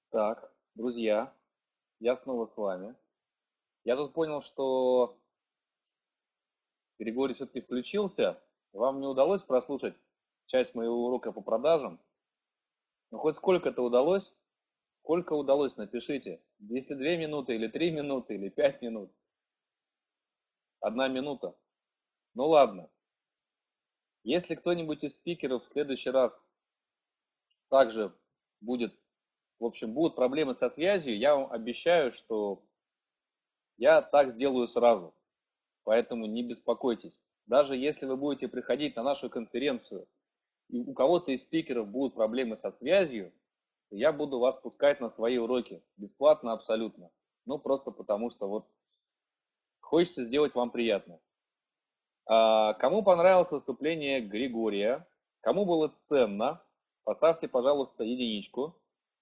Так, друзья, я снова с вами. Я тут понял, что Григорий все-таки включился. Вам не удалось прослушать часть моего урока по продажам? Ну, хоть сколько-то удалось? Сколько удалось, напишите. Если 2 минуты, или 3 минуты, или 5 минут. 1 минута. Ну ладно. Если кто-нибудь из спикеров в следующий раз также будет, в общем, будут проблемы со связью, я вам обещаю, что я так сделаю сразу. Поэтому не беспокойтесь. Даже если вы будете приходить на нашу конференцию, и у кого-то из спикеров будут проблемы со связью, то я буду вас пускать на свои уроки. Бесплатно абсолютно. Ну, просто потому что вот хочется сделать вам приятно. Кому понравилось выступление Григория? Кому было ценно? Поставьте, пожалуйста, единичку.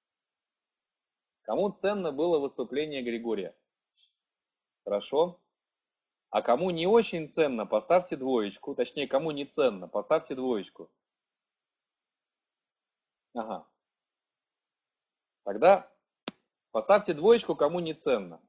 Кому ценно было выступление Григория? Хорошо. А кому не очень ценно, поставьте двоечку. Точнее, кому не ценно, поставьте двоечку. Ага. Тогда поставьте двоечку, кому не ценно.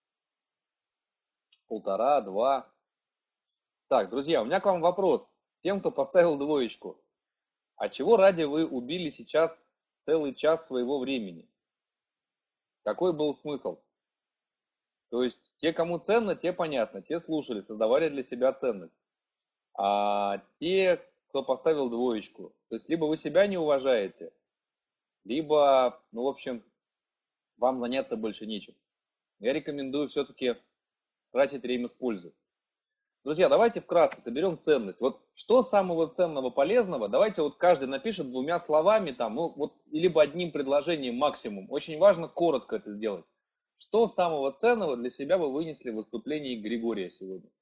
1,5, 2. Так, друзья, у меня к вам вопрос. Тем, кто поставил двоечку. А чего ради вы убили сейчас целый час своего времени? Какой был смысл? То есть, те, кому ценно, те понятно, те слушали, создавали для себя ценность. А те, кто поставил двоечку, то есть, либо вы себя не уважаете, либо, ну, в общем, вам заняться больше нечем. Я рекомендую все-таки тратить время с пользой. Друзья, давайте вкратце соберем ценность. Вот что самого ценного, полезного, давайте вот каждый напишет 2 словами, там, ну, вот, либо одним предложением максимум. Очень важно коротко это сделать. Что самого ценного для себя вы вынесли в выступлении Григория сегодня?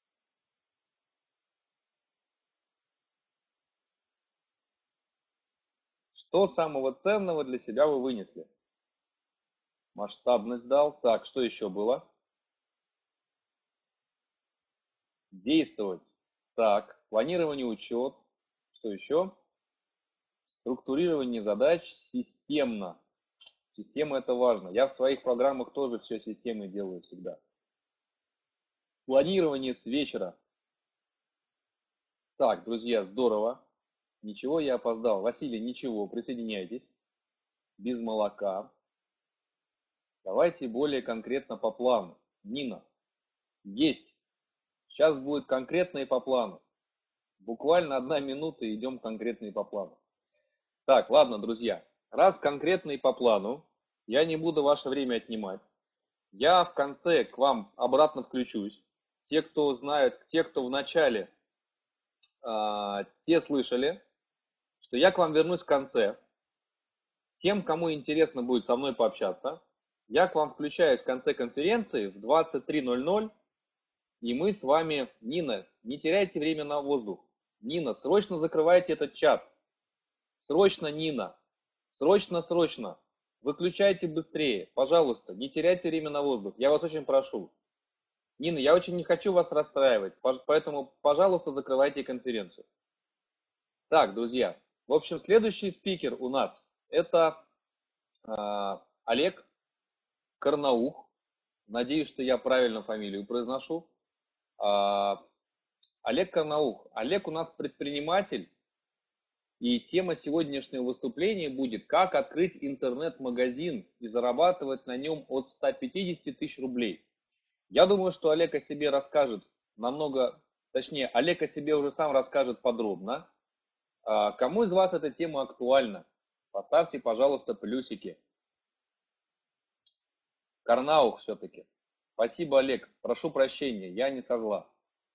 Что самого ценного для себя вы вынесли? Масштабность дал. Так, что еще было? Действовать. Так, планирование, учет. Что еще? Структурирование задач системно. Система это важно. Я в своих программах тоже все системой делаю всегда. Планирование с вечера. Так, друзья, здорово. Ничего, я опоздал. Василий, ничего, присоединяйтесь. Без молока. Давайте более конкретно по плану. Нина, есть. Сейчас будет конкретно и по плану. Буквально 1 минута, идем конкретно и по плану. Так, ладно, друзья. Раз конкретно и по плану, я не буду ваше время отнимать. Я в конце к вам обратно включусь. Те, кто знают, те, кто в начале, те слышали, что я к вам вернусь в конце. Тем, кому интересно будет со мной пообщаться, я к вам включаюсь в конце конференции в 23:00, и мы с вами, Нина, не теряйте время на воздух. Нина, срочно закрывайте этот чат. Срочно, Нина. Срочно, срочно. Выключайте быстрее. Пожалуйста, не теряйте время на воздух. Я вас очень прошу. Нина, я очень не хочу вас расстраивать, поэтому, пожалуйста, закрывайте конференцию. Так, друзья. В общем, следующий спикер у нас это Олег Карнаух. Надеюсь, что я правильно фамилию произношу. Олег Карнаух. Олег у нас предприниматель. И тема сегодняшнего выступления будет «Как открыть интернет-магазин и зарабатывать на нем от 150 тысяч рублей». Я думаю, что Олег о себе расскажет намного, точнее, Олег о себе уже сам расскажет подробно. Кому из вас эта тема актуальна? Поставьте, пожалуйста, плюсики. Карнаух все-таки. Спасибо, Олег. Прошу прощения, я не со зла.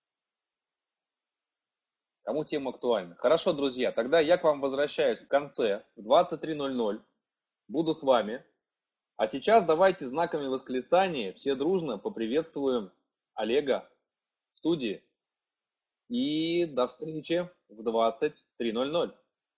Кому тема актуальна? Хорошо, друзья, тогда я к вам возвращаюсь в конце, в 23:00. Буду с вами. А сейчас давайте знаками восклицания все дружно поприветствуем Олега в студии. И до встречи в 23:00.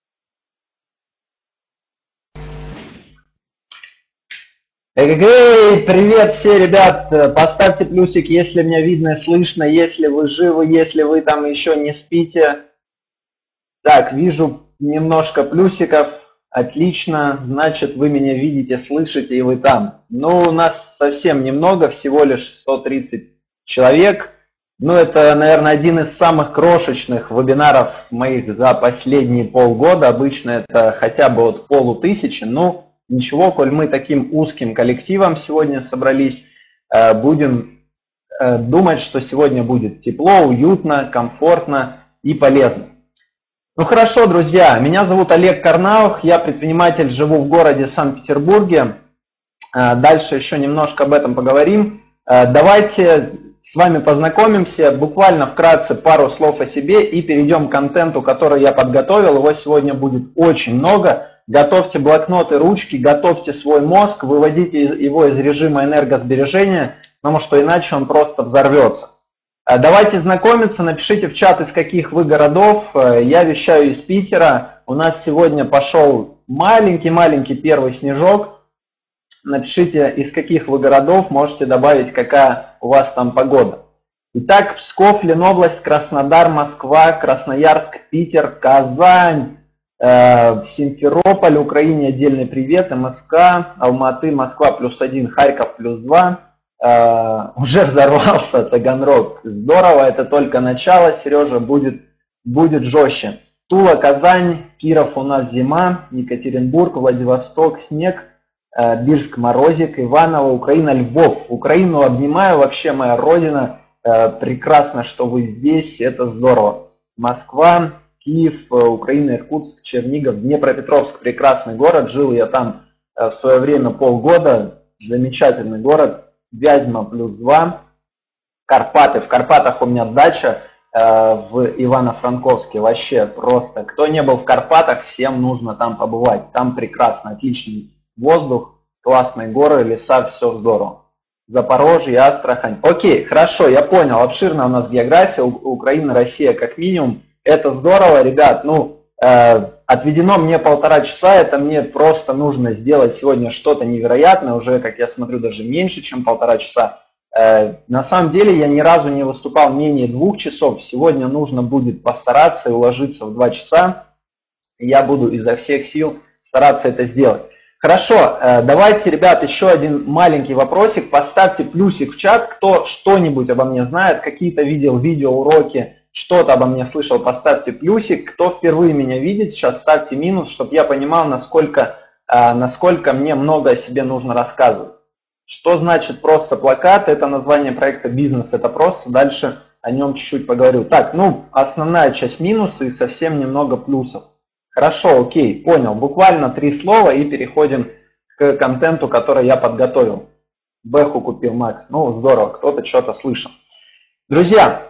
Эй, привет все, ребят! Поставьте плюсик, если меня видно и слышно, если вы живы, если вы там еще не спите. Так, вижу немножко плюсиков. Отлично, значит, вы меня видите, слышите, и вы там. Ну, у нас совсем немного, всего лишь 130 человек. Ну, это, наверное, один из самых крошечных вебинаров моих за последние полгода. Обычно это хотя бы от 500. Ну, ничего, коль мы таким узким коллективом сегодня собрались, будем думать, что сегодня будет тепло, уютно, комфортно и полезно. Ну хорошо, друзья, меня зовут Олег Карнаух, я предприниматель, живу в городе Санкт-Петербурге. Дальше еще немножко об этом поговорим. Давайте с вами познакомимся, буквально вкратце пару слов о себе и перейдем к контенту, который я подготовил. Его сегодня будет очень много. Готовьте блокноты, ручки, готовьте свой мозг, выводите его из режима энергосбережения, потому что иначе он просто взорвется. Давайте знакомиться, напишите в чат, из каких вы городов. Я вещаю из Питера. У нас сегодня пошел маленький первый снежок. Напишите, из каких вы городов, можете добавить, какая у вас там погода. Итак, Псков, Ленобласть, Краснодар, Москва, Красноярск, Питер, Казань, Симферополь, Украине отдельный привет, МСК, Алматы, Москва +1, Харьков +2. Уже взорвался Таганрог. Здорово, это только начало, Сережа, будет жестче. Тула, Казань, Киров у нас зима, Екатеринбург, Владивосток, снег, Бирск, морозик, Иваново, Украина, Львов. Украину обнимаю, вообще моя родина. Прекрасно, что вы здесь, это здорово. Москва, Киев, Украина, Иркутск, Чернигов, Днепропетровск, прекрасный город. Жил я там в свое время полгода, замечательный город. Вязьма +2, Карпаты. В Карпатах у меня дача в Ивано-Франковске. Вообще просто. Кто не был в Карпатах, всем нужно там побывать. Там прекрасно, отличный воздух, классные горы, леса, все здорово. Запорожье, Астрахань. Окей, хорошо, я понял. Обширная у нас география. Украина, Россия как минимум. Это здорово, ребят. Ну, отведено мне 1,5 часа, это мне просто нужно сделать сегодня что-то невероятное, уже, как я смотрю, даже меньше, чем 1,5 часа. На самом деле я ни разу не выступал менее 2 часов, сегодня нужно будет постараться и уложиться в 2 часа, я буду изо всех сил стараться это сделать. Хорошо, давайте, ребят, еще один маленький вопросик, поставьте плюсик в чат, кто что-нибудь обо мне знает, какие-то видел видеоуроки, что-то обо мне слышал, поставьте плюсик. Кто впервые меня видит, сейчас ставьте минус, чтобы я понимал, насколько мне много о себе нужно рассказывать. Что значит просто плакат? Это название проекта «Бизнес». Это просто. Дальше о нем чуть-чуть поговорю. Так, ну, основная часть минусы и совсем немного плюсов. Хорошо, окей, понял. Буквально 3 слова и переходим к контенту, который я подготовил. Бэху купил Макс. Ну, здорово, кто-то что-то слышал. Друзья,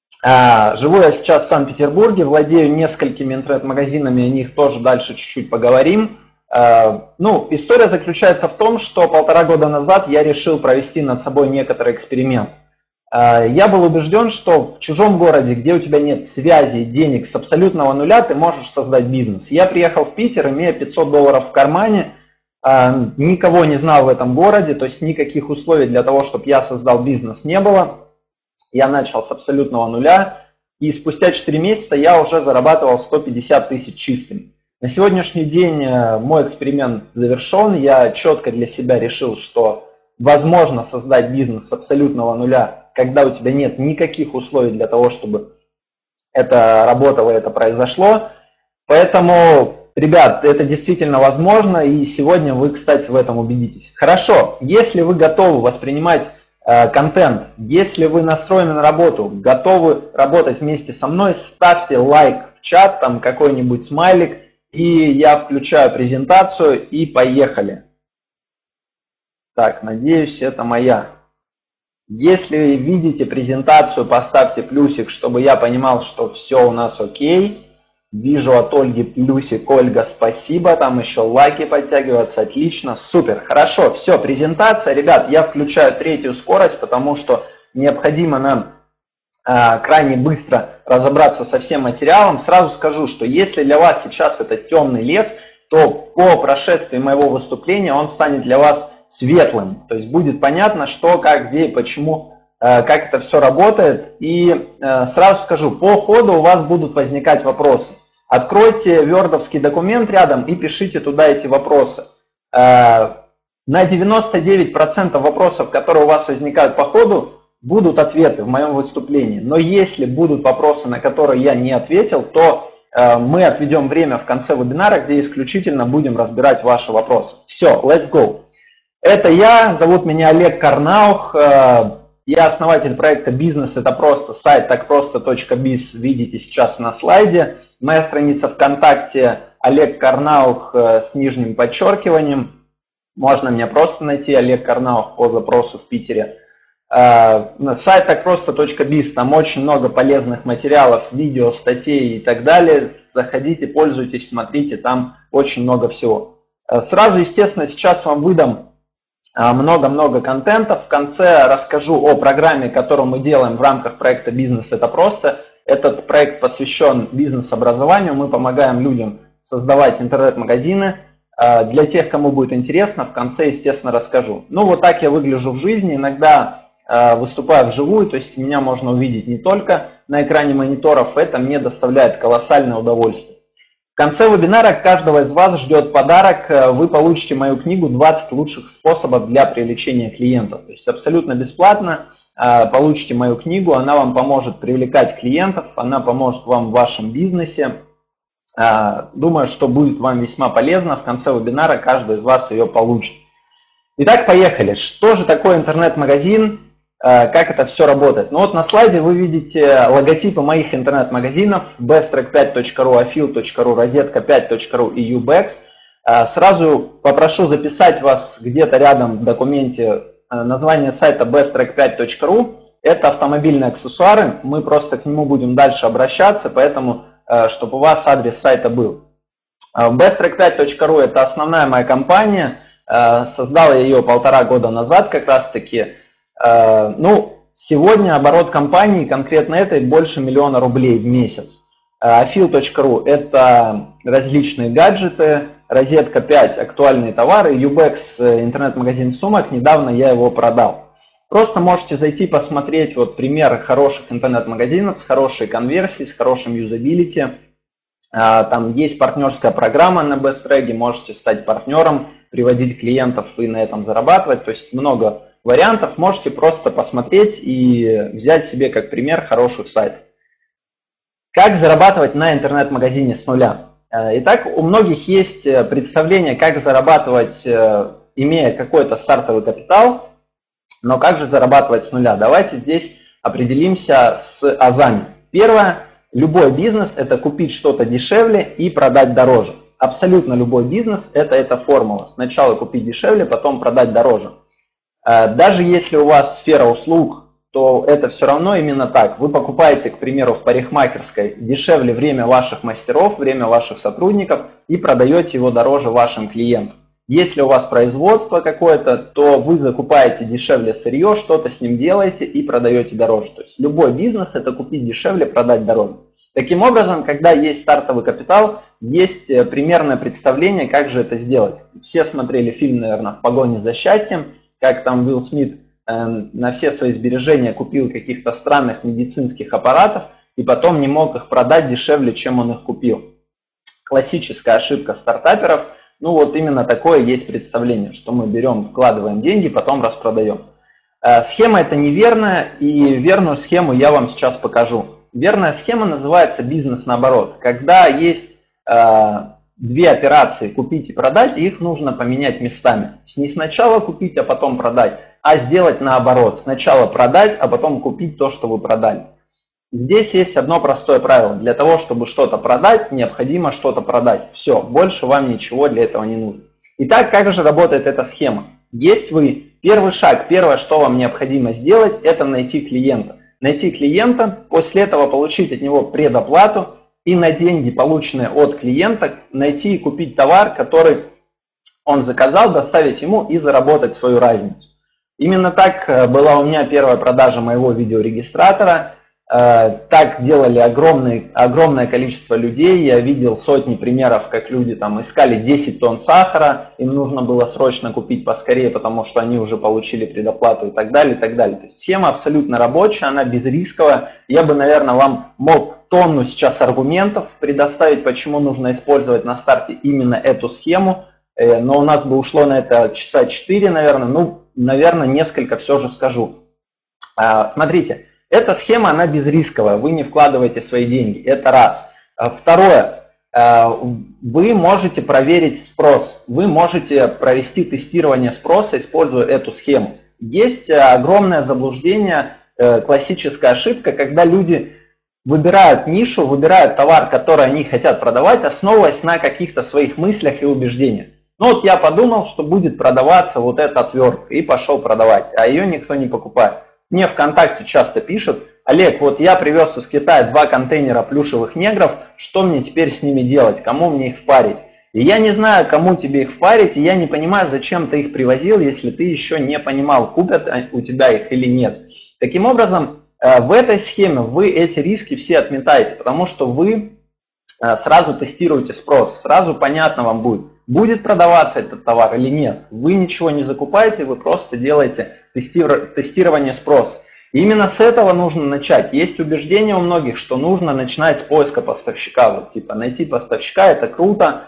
живу я сейчас в Санкт-Петербурге, владею несколькими интернет-магазинами, о них тоже дальше чуть-чуть поговорим. Ну, история заключается в том, что 1,5 года назад я решил провести над собой некоторый эксперимент. Я был убежден, что в чужом городе, где у тебя нет связи, денег с абсолютного нуля, ты можешь создать бизнес. Я приехал в Питер, имея $500 в кармане, никого не знал в этом городе, то есть никаких условий для того, чтобы я создал бизнес, не было. Я начал с абсолютного нуля, и спустя 4 месяца я уже зарабатывал 150 тысяч чистыми. На сегодняшний день мой эксперимент завершен, я четко для себя решил, что возможно создать бизнес с абсолютного нуля, когда у тебя нет никаких условий для того, чтобы это работало, это произошло. Поэтому, ребят, это действительно возможно, и сегодня вы, кстати, в этом убедитесь. Хорошо, если вы готовы воспринимать контент, если вы настроены на работу, готовы работать вместе со мной, ставьте лайк в чат, там какой-нибудь смайлик, и я включаю презентацию, и поехали. Так, надеюсь, это моя. Если видите презентацию, поставьте плюсик, чтобы я понимал, что все у нас окей. Вижу от Ольги плюсик. Ольга, спасибо. Там еще лайки подтягиваются. Отлично, супер. Хорошо, все, презентация. Ребят, я включаю 3-ю скорость, потому что необходимо нам крайне быстро разобраться со всем материалом. Сразу скажу, что если для вас сейчас это темный лес, то по прошествии моего выступления он станет для вас светлым. То есть будет понятно, что, как, где и почему, как это все работает. И сразу скажу, по ходу у вас будут возникать вопросы. Откройте вердовский документ рядом и пишите туда эти вопросы. На 99% вопросов, которые у вас возникают по ходу, будут ответы в моем выступлении. Но если будут вопросы, на которые я не ответил, то мы отведем время в конце вебинара, где исключительно будем разбирать ваши вопросы. Все, let's go. Это я, зовут меня Олег Карнаух. Я основатель проекта «Бизнес – это просто», сайт такпросто.biz, видите сейчас на слайде. Моя страница ВКонтакте Олег Карнаух с нижним подчеркиванием. Можно меня просто найти, Олег Карнаух, по запросу в Питере. Сайт такпросто.biz, там очень много полезных материалов, видео, статей и так далее. Заходите, пользуйтесь, смотрите, там очень много всего. Сразу, естественно, сейчас вам выдам много-много контента. В конце расскажу о программе, которую мы делаем в рамках проекта «Бизнес – это просто». Этот проект посвящен бизнес-образованию. Мы помогаем людям создавать интернет-магазины. Для тех, кому будет интересно, в конце, естественно, расскажу. Ну, вот так я выгляжу в жизни. Иногда выступаю вживую, то есть меня можно увидеть не только на экране мониторов. Это мне доставляет колоссальное удовольствие. В конце вебинара каждого из вас ждет подарок. Вы получите мою книгу «20 лучших способов для привлечения клиентов». То есть абсолютно бесплатно получите мою книгу, она вам поможет привлекать клиентов, она поможет вам в вашем бизнесе. Думаю, что будет вам весьма полезно. В конце вебинара каждый из вас ее получит. Итак, поехали. Что же такое интернет-магазин? Как это все работает? Ну вот на слайде вы видите логотипы моих интернет-магазинов besttrack5.ru, afil.ru, rozetka5.ru и ubex. Сразу попрошу записать вас где-то рядом в документе название сайта besttrack5.ru. Это автомобильные аксессуары, мы просто к нему будем дальше обращаться, поэтому чтобы у вас адрес сайта был. besttrack5.ru это основная моя компания, создал я ее 1,5 года назад как раз таки. Ну, сегодня оборот компании, конкретно этой, больше 1 000 000 рублей в месяц. Afil.ru это различные гаджеты, Розетка 5 актуальные товары, Ubex интернет-магазин сумок, недавно я его продал. Просто можете зайти посмотреть вот примеры хороших интернет-магазинов с хорошей конверсией, с хорошим юзабилити. Там есть партнерская программа на BestTrag, можете стать партнером, приводить клиентов и на этом зарабатывать, то есть много вариантов, можете просто посмотреть и взять себе как пример хороших сайтов. Как зарабатывать на интернет-магазине с нуля? Итак, у многих есть представление, как зарабатывать, имея какой-то стартовый капитал, но как же зарабатывать с нуля? Давайте здесь определимся с азами. Первое, любой бизнес – это купить что-то дешевле и продать дороже. Абсолютно любой бизнес – это эта формула. Сначала купить дешевле, потом продать дороже. Даже если у вас сфера услуг, то это все равно именно так. Вы покупаете, к примеру, в парикмахерской дешевле время ваших мастеров, время ваших сотрудников и продаете его дороже вашим клиентам. Если у вас производство какое-то, то вы закупаете дешевле сырье, что-то с ним делаете и продаете дороже. То есть любой бизнес – это купить дешевле, продать дороже. Таким образом, когда есть стартовый капитал, есть примерное представление, как же это сделать. Все смотрели фильм, наверное, «В погоне за счастьем», как там Уилл Смит на все свои сбережения купил каких-то странных медицинских аппаратов и потом не мог их продать дешевле, чем он их купил. Классическая ошибка стартаперов. Ну вот именно такое есть представление, что мы берем, вкладываем деньги, потом распродаем. Схема эта неверная, и верную схему я вам сейчас покажу. Верная схема называется бизнес наоборот. Когда есть две операции купить и продать, их нужно поменять местами. Не сначала купить, а потом продать, а сделать наоборот. Сначала продать, а потом купить то, что вы продали. Здесь есть одно простое правило. Для того, чтобы что-то продать, необходимо что-то продать. Все, больше вам ничего для этого не нужно. Итак, как же работает эта схема? Есть вы, первый шаг, первое, что вам необходимо сделать, это найти клиента. Найти клиента, после этого получить от него предоплату и на деньги, полученные от клиента, найти и купить товар, который он заказал, доставить ему и заработать свою разницу. Именно так была у меня первая продажа моего видеорегистратора. Так делали огромное количество людей. Я видел сотни примеров, как люди там искали 10 тонн сахара, им нужно было срочно купить поскорее, потому что они уже получили предоплату и так далее, и так далее. То есть схема абсолютно рабочая, она безрисковая. Я бы, наверное, вам мог тонну сейчас аргументов предоставить, почему нужно использовать на старте именно эту схему, но у нас бы ушло на это часа 4, наверное, ну, наверное, несколько все же скажу. Смотрите, эта схема, она безрисковая, вы не вкладываете свои деньги, это раз. Второе, вы можете проверить спрос, вы можете провести тестирование спроса, используя эту схему. Есть огромное заблуждение, классическая ошибка, когда люди выбирают нишу, выбирают товар, который они хотят продавать, основываясь на каких-то своих мыслях и убеждениях. Ну вот я подумал, что будет продаваться вот эта отвертка, и пошел продавать, а ее никто не покупает. Мне ВКонтакте часто пишут: Олег, вот я привез из Китая 2 контейнера плюшевых негров, что мне теперь с ними делать, кому мне их впарить? И я не знаю, кому тебе их впарить, и я не понимаю, зачем ты их привозил, если ты еще не понимал, купят у тебя их или нет. Таким образом, в этой схеме вы эти риски все отметаете, потому что вы сразу тестируете спрос, сразу понятно вам будет продаваться этот товар или нет. Вы ничего не закупаете, вы просто делаете тестирование спроса. И именно с этого нужно начать. Есть убеждение у многих, что нужно начинать с поиска поставщика. Вот типа найти поставщика, это круто,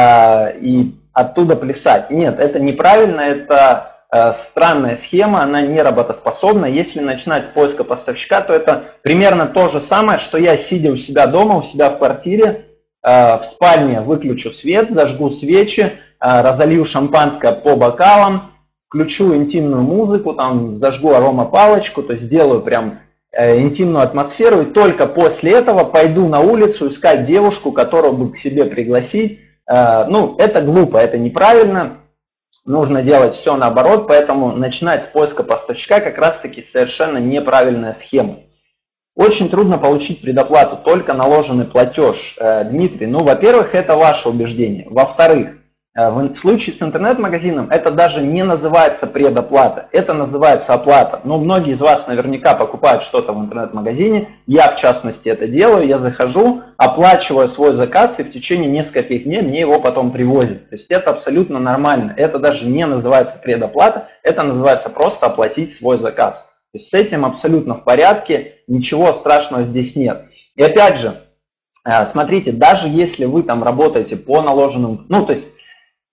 и оттуда плясать. Нет, это неправильно, это странная схема, она не работоспособна. Если начинать с поиска поставщика, то это примерно то же самое, что я, сидя у себя дома, у себя в квартире, в спальне выключу свет, зажгу свечи, разолью шампанское по бокалам, включу интимную музыку, там зажгу аромапалочку, то есть сделаю прям интимную атмосферу, и только после этого пойду на улицу искать девушку, которую бы к себе пригласить. Ну, это глупо, это неправильно. Нужно делать все наоборот, поэтому начинать с поиска поставщика как раз-таки совершенно неправильная схема. Очень трудно получить предоплату, только наложенный платеж. Дмитрий, ну, во-первых, это ваше убеждение. Во-вторых, в случае с интернет-магазином это даже не называется предоплата, это называется оплата. Но многие из вас наверняка покупают что-то в интернет-магазине, я в частности это делаю, я захожу, оплачиваю свой заказ, и в течение нескольких дней мне его потом привозят. То есть это абсолютно нормально, это даже не называется предоплата, это называется просто оплатить свой заказ. То есть с этим абсолютно в порядке, ничего страшного здесь нет. И опять же, смотрите, даже если вы там работаете по наложенным, ну то есть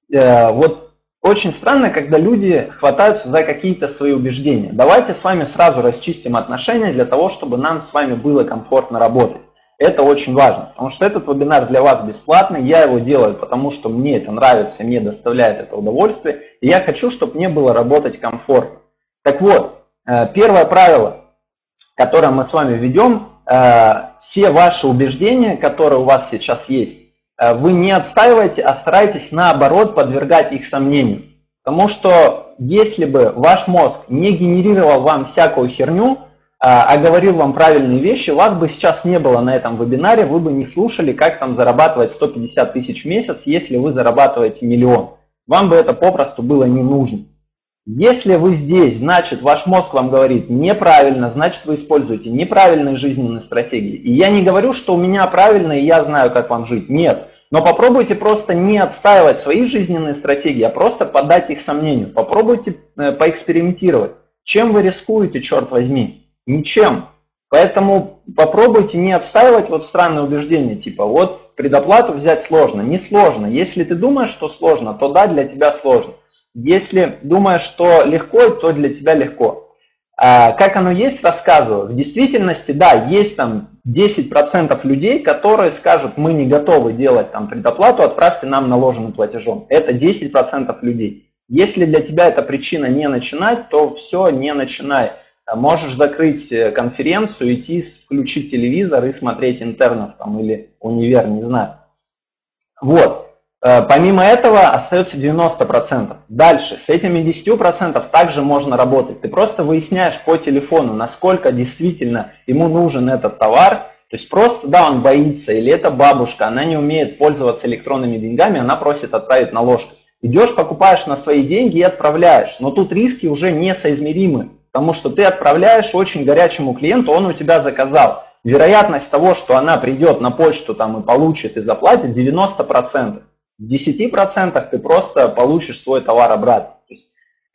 вот очень странно, когда люди хватаются за какие-то свои убеждения. Давайте с вами сразу расчистим отношения для того, чтобы нам с вами было комфортно работать. Это очень важно, потому что этот вебинар для вас бесплатный, я его делаю, потому что мне это нравится, мне доставляет это удовольствие, и я хочу, чтобы мне было работать комфортно. Так вот, первое правило, которое мы с вами введем, все ваши убеждения, которые у вас сейчас есть, вы не отстаиваете, а стараетесь наоборот подвергать их сомнению. Потому что если бы ваш мозг не генерировал вам всякую херню, а говорил вам правильные вещи, вас бы сейчас не было на этом вебинаре, вы бы не слушали, как там зарабатывать 150 тысяч в месяц, если вы зарабатываете 1 миллион. Вам бы это попросту было не нужно. Если вы здесь, значит ваш мозг вам говорит неправильно, значит вы используете неправильные жизненные стратегии. И я не говорю, что у меня правильно и я знаю, как вам жить. Нет. Но попробуйте просто не отстаивать свои жизненные стратегии, а просто поддать их сомнению. Попробуйте поэкспериментировать. Чем вы рискуете, черт возьми? Ничем. Поэтому попробуйте не отстаивать вот странные убеждения, типа вот предоплату взять сложно. Не сложно. Если ты думаешь, что сложно, то да, для тебя сложно. Если думаешь, что легко, то для тебя легко. Как оно есть, рассказываю. В действительности, да, есть там 10% людей, которые скажут, мы не готовы делать там предоплату, отправьте нам наложенным платежом. Это 10% людей. Если для тебя эта причина не начинать, то все, не начинай. Можешь закрыть конференцию, идти, включить телевизор и смотреть интернов там, или универ, не знаю. Вот. Помимо этого остается 90%. Дальше, с этими 10% также можно работать. Ты просто выясняешь по телефону, насколько действительно ему нужен этот товар. То есть просто, да, он боится, или это бабушка, она не умеет пользоваться электронными деньгами, она просит отправить наложкой. Идешь, покупаешь на свои деньги и отправляешь. Но тут риски уже несоизмеримы, потому что ты отправляешь очень горячему клиенту, он у тебя заказал. Вероятность того, что она придет на почту там, и получит и заплатит, 90%. В 10% ты просто получишь свой товар обратно. То есть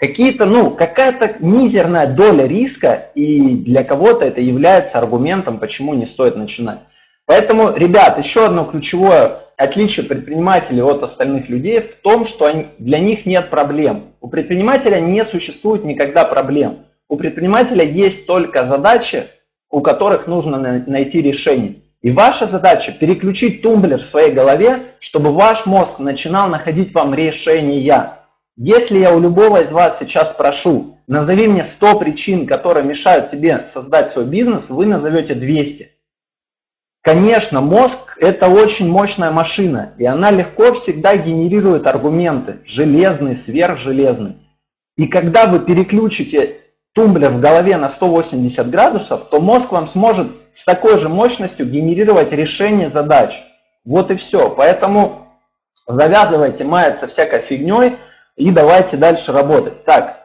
какая-то мизерная доля риска, и для кого-то это является аргументом, почему не стоит начинать. Поэтому, ребят, еще одно ключевое отличие предпринимателей от остальных людей в том, что для них нет проблем. У предпринимателя не существует никогда проблем. У предпринимателя есть только задачи, у которых нужно найти решение. И ваша задача переключить тумблер в своей голове, чтобы ваш мозг начинал находить вам решения. Если я у любого из вас сейчас спрошу, назови мне 100 причин, которые мешают тебе создать свой бизнес, вы назовете 200. Конечно, мозг – это очень мощная машина, и она легко всегда генерирует аргументы, железные, сверхжелезные. И когда вы переключите тумблер в голове на 180 градусов, то мозг вам сможет с такой же мощностью генерировать решение задач. Вот и все. Поэтому завязывайте маяться всякой фигней и давайте дальше работать. Так,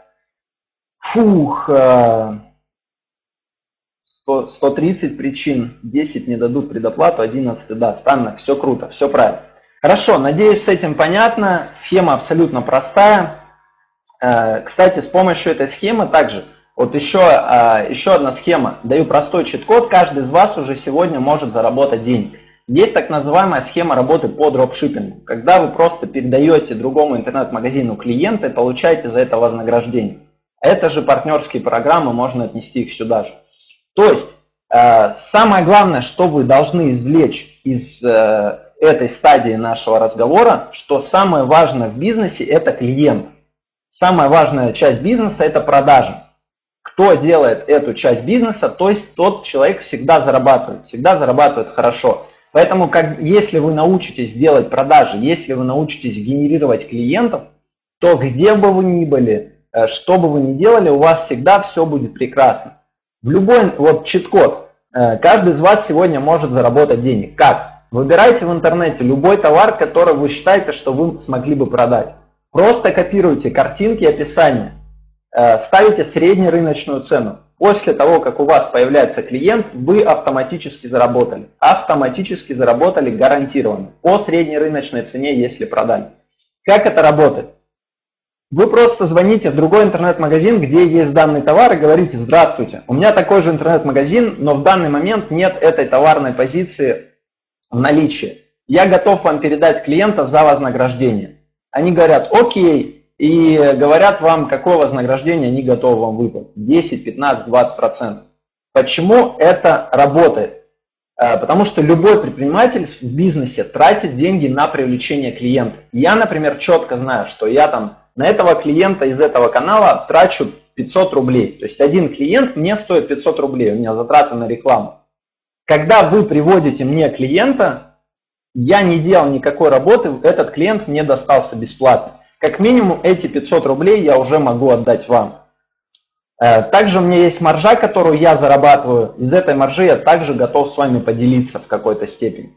130 причин, 10 не дадут предоплату, 11 да, странно, все круто, все правильно. Хорошо, надеюсь, с этим понятно, схема абсолютно простая. Кстати, с помощью этой схемы также, вот еще одна схема, даю простой чит-код, каждый из вас уже сегодня может заработать деньги. Есть так называемая схема работы по дропшиппингу, когда вы просто передаете другому интернет-магазину клиента и получаете за это вознаграждение. Это же партнерские программы, можно отнести их сюда же. То есть, самое главное, что вы должны извлечь из этой стадии нашего разговора, что самое важное в бизнесе – это клиент. Самая важная часть бизнеса – это продажи. Кто делает эту часть бизнеса, то есть тот человек всегда зарабатывает хорошо. Поэтому, если вы научитесь делать продажи, если вы научитесь генерировать клиентов, то где бы вы ни были, что бы вы ни делали, у вас всегда все будет прекрасно. В любой, вот чит-код, каждый из вас сегодня может заработать денег. Как? Выбирайте в интернете любой товар, который вы считаете, что вы смогли бы продать. Просто копируйте картинки и описание, ставите среднерыночную цену. После того, как у вас появляется клиент, вы автоматически заработали. Автоматически заработали гарантированно. По среднерыночной цене, если продали. Как это работает? Вы просто звоните в другой интернет-магазин, где есть данный товар, и говорите: здравствуйте, у меня такой же интернет-магазин, но в данный момент нет этой товарной позиции в наличии. Я готов вам передать клиента за вознаграждение. Они говорят: окей, и говорят вам, какое вознаграждение они готовы вам выплатить. 10, 15, 20%. Почему это работает? Потому что любой предприниматель в бизнесе тратит деньги на привлечение клиента. Я, например, четко знаю, что я там на этого клиента из этого канала трачу 500 рублей. То есть один клиент мне стоит 500 рублей, у меня затраты на рекламу. Когда вы приводите мне клиента, я не делал никакой работы, этот клиент мне достался бесплатно. Как минимум эти 500 рублей я уже могу отдать вам. Также у меня есть маржа, которую я зарабатываю. Из этой маржи я также готов с вами поделиться в какой-то степени.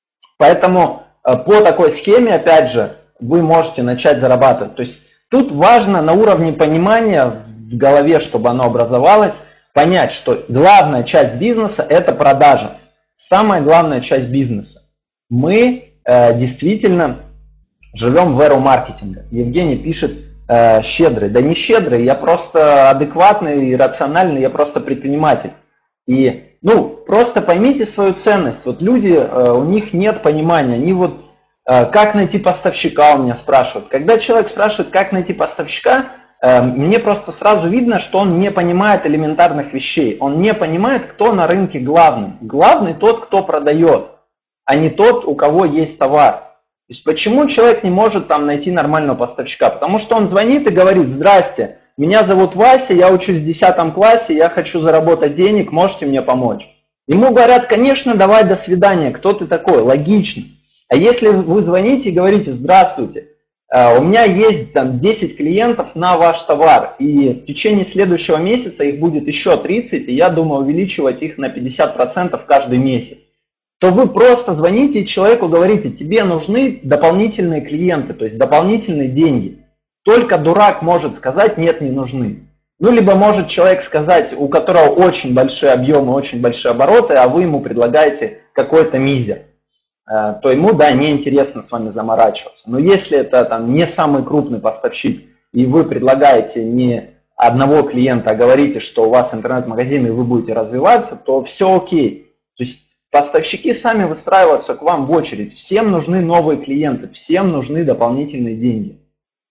Поэтому по такой схеме, опять же, вы можете начать зарабатывать. То есть тут важно на уровне понимания в голове, чтобы оно образовалось, понять, что главная часть бизнеса – это продажа. Самая главная часть бизнеса. Мы действительно живем в эру маркетинга. Евгений пишет: щедрый. Да не щедрый, я просто адекватный, рациональный, я просто предприниматель. И просто поймите свою ценность. Вот люди, у них нет понимания. Они вот как найти поставщика, у меня спрашивают. Когда человек спрашивает, как найти поставщика, мне просто сразу видно, что он не понимает элементарных вещей. Он не понимает, кто на рынке главный. Главный тот, кто продает, а не тот, у кого есть товар. То есть почему человек не может там найти нормального поставщика? Потому что он звонит и говорит: здрасте, меня зовут Вася, я учусь в 10 классе, я хочу заработать денег, можете мне помочь? Ему говорят: конечно, давай, до свидания, кто ты такой? Логично. А если вы звоните и говорите: здравствуйте, у меня есть там 10 клиентов на ваш товар, и в течение следующего месяца их будет еще 30, и я думаю увеличивать их на 50% каждый месяц, то вы просто звоните и человеку говорите: тебе нужны дополнительные клиенты, то есть дополнительные деньги. Только дурак может сказать: нет, не нужны. Либо может человек сказать, у которого очень большие объемы, очень большие обороты, а вы ему предлагаете какой-то мизер, то ему, да, неинтересно с вами заморачиваться. Но если это там не самый крупный поставщик, и вы предлагаете не одного клиента, а говорите, что у вас интернет-магазин и вы будете развиваться, то все окей. То есть поставщики сами выстраиваются к вам в очередь. Всем нужны новые клиенты, всем нужны дополнительные деньги.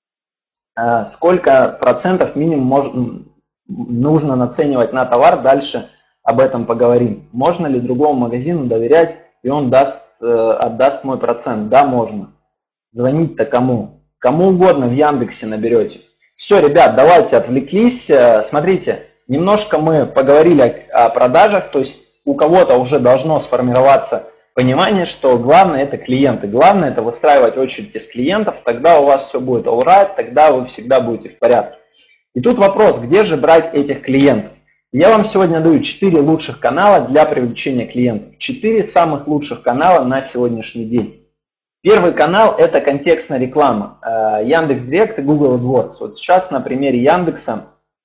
Сколько процентов минимум нужно наценивать на товар, дальше об этом поговорим. Можно ли другому магазину доверять, и он отдаст мой процент? Да, можно. Звонить-то кому? Кому угодно в Яндексе наберете. Все, ребят, давайте отвлеклись. Смотрите, немножко мы поговорили о продажах, то есть у кого-то уже должно сформироваться понимание, что главное это клиенты. Главное это выстраивать очередь из клиентов, тогда у вас все будет alright, тогда вы всегда будете в порядке. И тут вопрос, где же брать этих клиентов? Я вам сегодня даю 4 лучших канала для привлечения клиентов. 4 самых лучших канала на сегодняшний день. Первый канал – это контекстная реклама. Яндекс.Директ и Google AdWords. Вот сейчас на примере Яндекса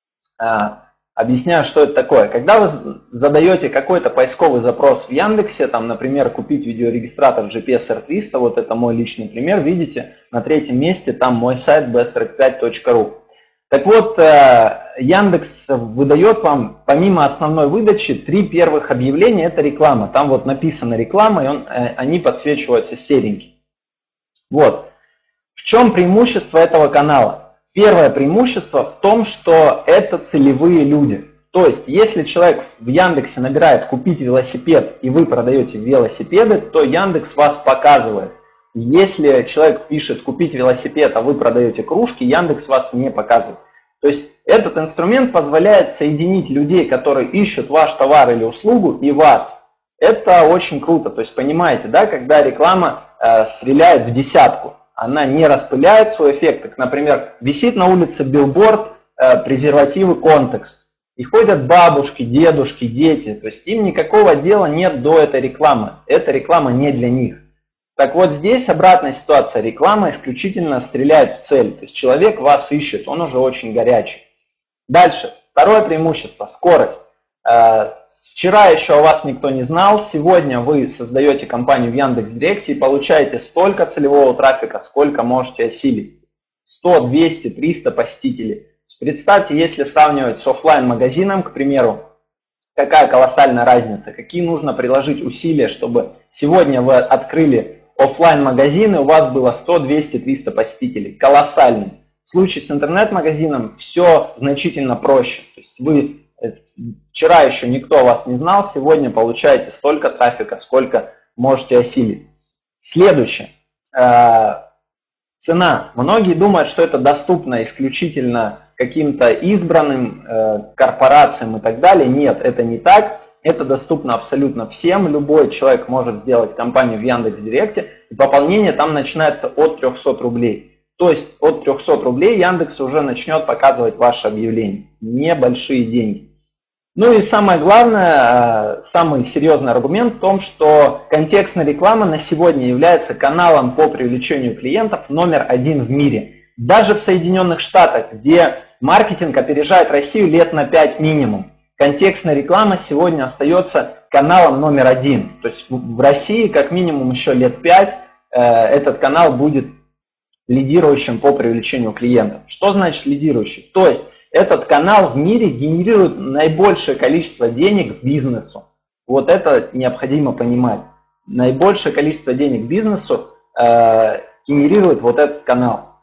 объясняю, что это такое. Когда вы задаете какой-то поисковый запрос в Яндексе, там, например, купить видеорегистратор GPS R300, вот это мой личный пример, видите, на 3-м месте там мой сайт best45.ru. Так вот, Яндекс выдает вам, помимо основной выдачи, 3 первых объявления – это реклама. Там вот написано реклама, и они подсвечиваются сереньким. Вот. В чем преимущество этого канала? Первое преимущество в том, что это целевые люди. То есть, если человек в Яндексе набирает «купить велосипед» и вы продаете велосипеды, то Яндекс вас показывает. Если человек пишет «купить велосипед», а вы продаете кружки, Яндекс вас не показывает. То есть, этот инструмент позволяет соединить людей, которые ищут ваш товар или услугу, и вас. Это очень круто. То есть, понимаете, да, когда реклама стреляет в десятку, она не распыляет свой эффект. Как, например, висит на улице билборд презервативы контекст. И ходят бабушки, дедушки, дети. То есть им никакого дела нет до этой рекламы. Эта реклама не для них. Так вот здесь обратная ситуация. Реклама исключительно стреляет в цель. То есть человек вас ищет, он уже очень горячий. Дальше. Второе преимущество – скорость. Вчера еще о вас никто не знал, сегодня вы создаете компанию в Яндекс.Директе и получаете столько целевого трафика, сколько можете осилить. 100, 200, 300 посетителей. Представьте, если сравнивать с офлайн-магазином, к примеру, какая колоссальная разница, какие нужно приложить усилия, чтобы сегодня вы открыли офлайн-магазин и у вас было 100, 200, 300 посетителей. Колоссальный. В случае с интернет-магазином все значительно проще. То есть вы вчера еще никто вас не знал, сегодня получаете столько трафика, сколько можете осилить. Следующее. Цена. Многие думают, что это доступно исключительно каким-то избранным корпорациям и так далее. Нет, это не так. Это доступно абсолютно всем. Любой человек может сделать компанию в Яндекс.Директе. И пополнение там начинается от 300 рублей. То есть от 300 рублей Яндекс уже начнет показывать ваше объявление. Небольшие деньги. Ну и самое главное, самый серьезный аргумент в том, что контекстная реклама на сегодня является каналом по привлечению клиентов номер 1 в мире. Даже в Соединенных Штатах, где маркетинг опережает Россию лет на 5 минимум, контекстная реклама сегодня остается каналом номер 1. То есть в России как минимум еще лет 5 этот канал будет лидирующим по привлечению клиентов. Что значит лидирующий? То есть этот канал в мире генерирует наибольшее количество денег бизнесу. Вот это необходимо понимать. Наибольшее количество денег бизнесу генерирует вот этот канал.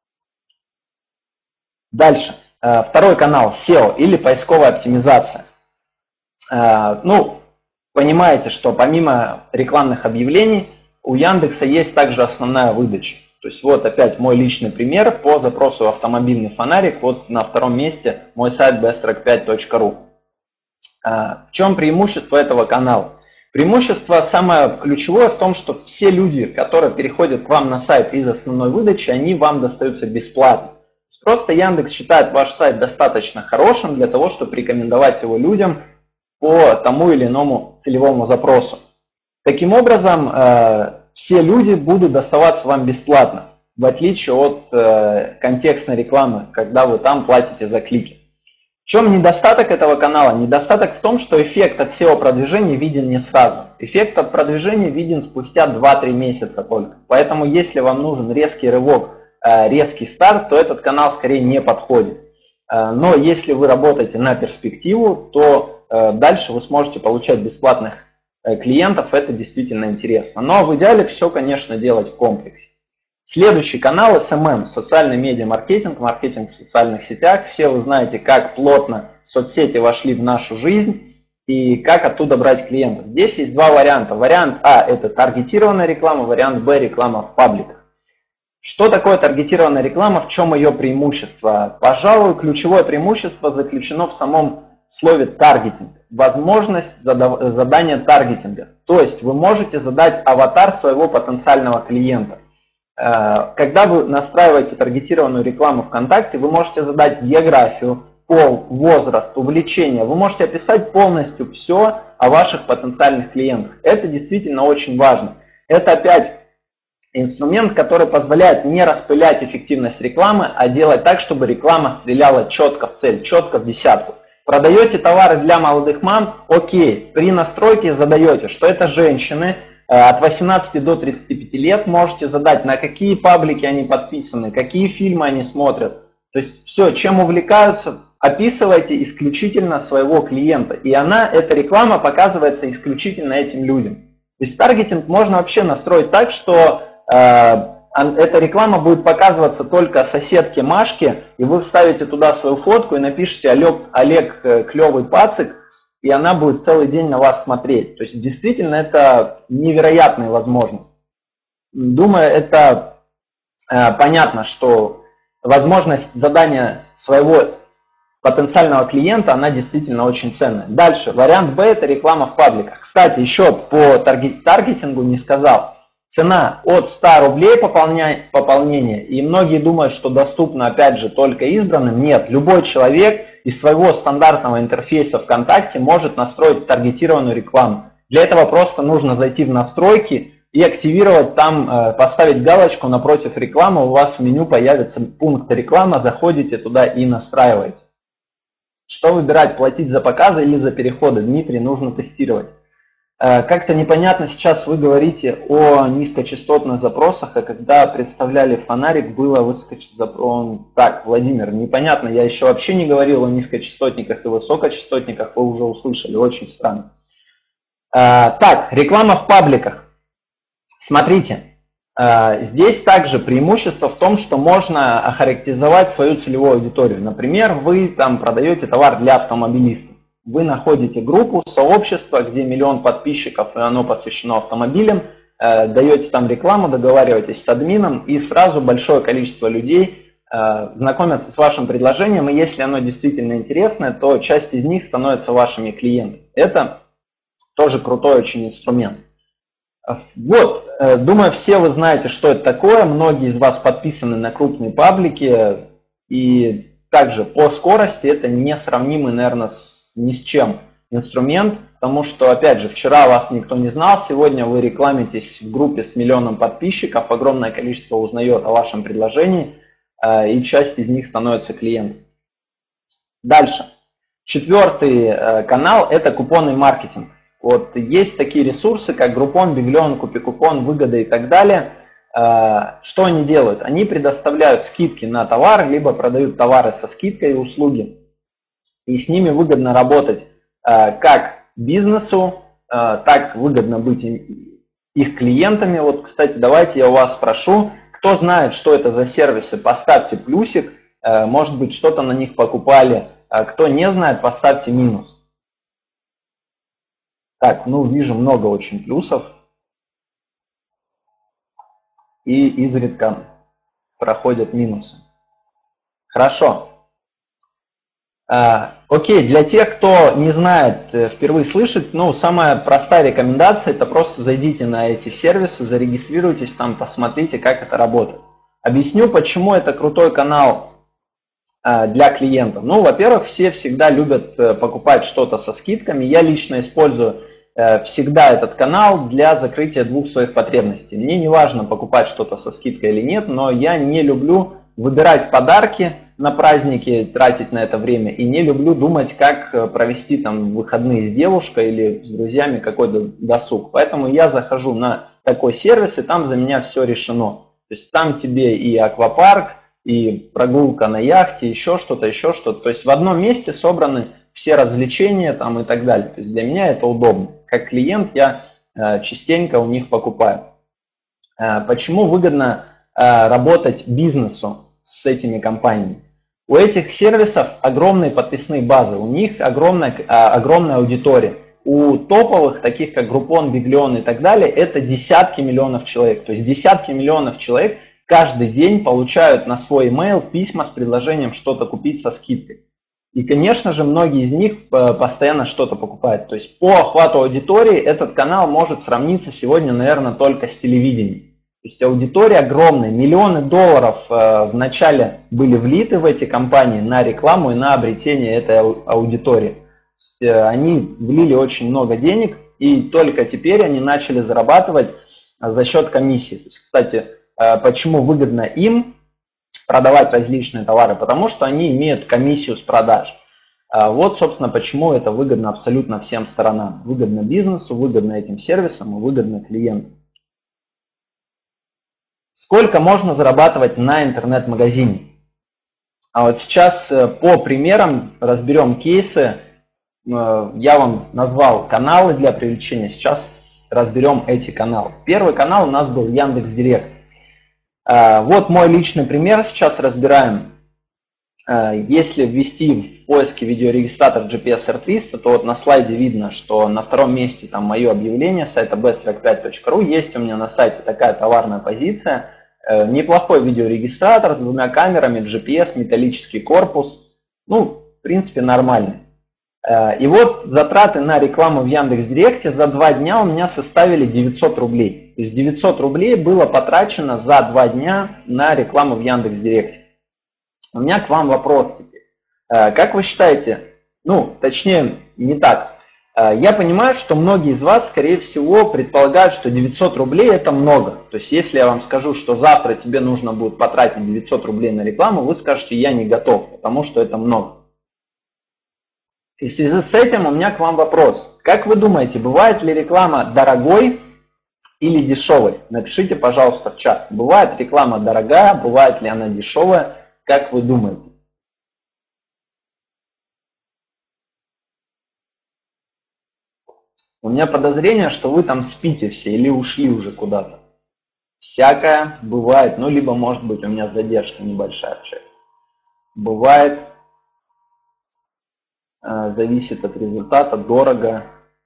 Дальше. Второй канал SEO или поисковая оптимизация. Ну, понимаете, что помимо рекламных объявлений у Яндекса есть также основная выдача. То есть вот опять мой личный пример по запросу автомобильный фонарик. Вот на 2-м месте мой сайт best45.ru. В чем преимущество этого канала? Преимущество самое ключевое в том, что все люди, которые переходят к вам на сайт из основной выдачи, они вам достаются бесплатно. Просто Яндекс считает ваш сайт достаточно хорошим для того, чтобы рекомендовать его людям по тому или иному целевому запросу. Таким образом, все люди будут доставаться вам бесплатно, в отличие от контекстной рекламы, когда вы там платите за клики. В чем недостаток этого канала? Недостаток в том, что эффект от SEO-продвижения виден не сразу. Эффект от продвижения виден спустя 2-3 месяца только. Поэтому если вам нужен резкий рывок, резкий старт, то этот канал скорее не подходит. Но если вы работаете на перспективу, то дальше вы сможете получать бесплатных клиентов, это действительно интересно. Но в идеале все, конечно, делать в комплексе. Следующий канал SMM, социальный медиа-маркетинг, маркетинг в социальных сетях. Все вы знаете, как плотно соцсети вошли в нашу жизнь и как оттуда брать клиентов. Здесь есть два варианта. Вариант А – это таргетированная реклама, вариант Б – реклама в пабликах. Что такое таргетированная реклама, в чем ее преимущество? Пожалуй, ключевое преимущество заключено в самом слове таргетинг. Возможность задания таргетинга. То есть вы можете задать аватар своего потенциального клиента. Когда вы настраиваете таргетированную рекламу ВКонтакте, вы можете задать географию, пол, возраст, увлечение. Вы можете описать полностью все о ваших потенциальных клиентах. Это действительно очень важно. Это опять инструмент, который позволяет не распылять эффективность рекламы, а делать так, чтобы реклама стреляла четко в цель, четко в десятку. Продаете товары для молодых мам? Окей. При настройке задаете, что это женщины от 18 до 35 лет. Можете задать, на какие паблики они подписаны, какие фильмы они смотрят. То есть все, чем увлекаются, описывайте исключительно своего клиента. И эта реклама показывается исключительно этим людям. То есть таргетинг можно вообще настроить так, что эта реклама будет показываться только соседке Машке, и вы вставите туда свою фотку и напишите «Олег клевый пацик», и она будет целый день на вас смотреть. То есть действительно это невероятная возможность. Думаю, это понятно, что возможность задания своего потенциального клиента, она действительно очень ценная. Дальше, вариант Б – это реклама в пабликах. Кстати, еще по таргетингу не сказал. Цена от 100 рублей пополнения, и многие думают, что доступно, опять же, только избранным. Нет, любой человек из своего стандартного интерфейса ВКонтакте может настроить таргетированную рекламу. Для этого просто нужно зайти в настройки и активировать там, поставить галочку напротив рекламы, у вас в меню появится пункт реклама, заходите туда и настраиваете. Что выбирать, платить за показы или за переходы? Дмитрий, нужно тестировать. Как-то непонятно сейчас вы говорите о низкочастотных запросах, а когда представляли фонарик, было высокочастотных. Так, Владимир, непонятно, я еще вообще не говорил о низкочастотниках и высокочастотниках, вы уже услышали, очень странно. Так, реклама в пабликах. Смотрите, здесь также преимущество в том, что можно охарактеризовать свою целевую аудиторию. Например, вы там продаете товар для автомобилистов. Вы находите группу, сообщество, где 1 миллион подписчиков, и оно посвящено автомобилям, даете там рекламу, договариваетесь с админом, и сразу большое количество людей знакомятся с вашим предложением, и если оно действительно интересное, то часть из них становится вашими клиентами. Это тоже крутой очень инструмент. Вот, думаю, все вы знаете, что это такое, многие из вас подписаны на крупные паблики, и также по скорости это несравнимый, наверное, ни с чем инструмент, потому что, опять же, вчера вас никто не знал, сегодня вы рекламитесь в группе с 1 миллионом подписчиков, огромное количество узнает о вашем предложении, и часть из них становится клиентом. Дальше. Четвертый канал – это купонный маркетинг. Вот есть такие ресурсы, как Groupon, Biglion, Купи-купон, Выгода и так далее. Что они делают? Они предоставляют скидки на товар, либо продают товары со скидкой и услуги. И с ними выгодно работать как бизнесу, так выгодно быть их клиентами. Вот, кстати, давайте я у вас спрошу, кто знает, что это за сервисы, поставьте плюсик, может быть, что-то на них покупали. Кто не знает, поставьте минус. Так, ну, вижу много очень плюсов. И изредка проходят минусы. Хорошо. Окей, для тех, кто не знает, впервые слышит, ну, самая простая рекомендация – это просто зайдите на эти сервисы, зарегистрируйтесь там, посмотрите, как это работает. Объясню, почему это крутой канал для клиентов. Ну, во-первых, все всегда любят покупать что-то со скидками. Я лично использую всегда этот канал для закрытия двух своих потребностей. Мне не важно, покупать что-то со скидкой или нет, но я не люблю выбирать подарки на праздники, тратить на это время, и не люблю думать, как провести там выходные с девушкой или с друзьями какой-то досуг. Поэтому я захожу на такой сервис, и там за меня все решено. То есть там тебе и аквапарк, и прогулка на яхте, еще что-то, еще что-то. То есть в одном месте собраны все развлечения там и так далее. То есть для меня это удобно. Как клиент я частенько у них покупаю. Почему выгодно работать бизнесу с этими компаниями? У этих сервисов огромные подписные базы, у них огромная аудитория. У топовых, таких как Groupon, Biglion и так далее, это десятки миллионов человек. То есть десятки миллионов человек каждый день получают на свой email письма с предложением что-то купить со скидкой. И, конечно же, многие из них постоянно что-то покупают. То есть по охвату аудитории этот канал может сравниться сегодня, наверное, только с телевидением. То есть аудитория огромная, миллионы долларов вначале были влиты в эти компании на рекламу и на обретение этой аудитории. То есть они влили очень много денег, и только теперь они начали зарабатывать за счет комиссии. То есть, кстати, почему выгодно им продавать различные товары? Потому что они имеют комиссию с продаж. Вот, собственно, почему это выгодно абсолютно всем сторонам. Выгодно бизнесу, выгодно этим сервисам и выгодно клиентам. Сколько можно зарабатывать на интернет-магазине? А вот сейчас по примерам разберем кейсы. Я вам назвал каналы для привлечения. Сейчас разберем эти каналы. Первый канал у нас был Яндекс.Директ. Вот мой личный пример. Сейчас разбираем. Если ввести в поиске видеорегистратор GPS R300, то вот на слайде видно, что на втором месте там мое объявление сайта best45.ru. Есть у меня на сайте такая товарная позиция. Неплохой видеорегистратор с двумя камерами, GPS, металлический корпус. Ну, в принципе, нормальный. И вот затраты на рекламу в Яндекс.Директе за 2 дня у меня составили 900 рублей. То есть 900 рублей было потрачено за 2 дня на рекламу в Яндекс.Директе. У меня к вам вопрос теперь. Как вы считаете, ну, точнее, не так. Я понимаю, что многие из вас, скорее всего, предполагают, что 900 рублей это много. То есть, если я вам скажу, что завтра тебе нужно будет потратить 900 рублей на рекламу, вы скажете, я не готов, потому что это много. И в связи с этим у меня к вам вопрос. Как вы думаете, бывает ли реклама дорогой или дешевой? Напишите, пожалуйста, в чат. Бывает реклама дорогая, бывает ли она дешевая? Как вы думаете? У меня подозрение, что вы там спите все или ушли уже куда-то. Всякое бывает, ну либо может быть у меня задержка небольшая в чате. Бывает, зависит от результата, дорого.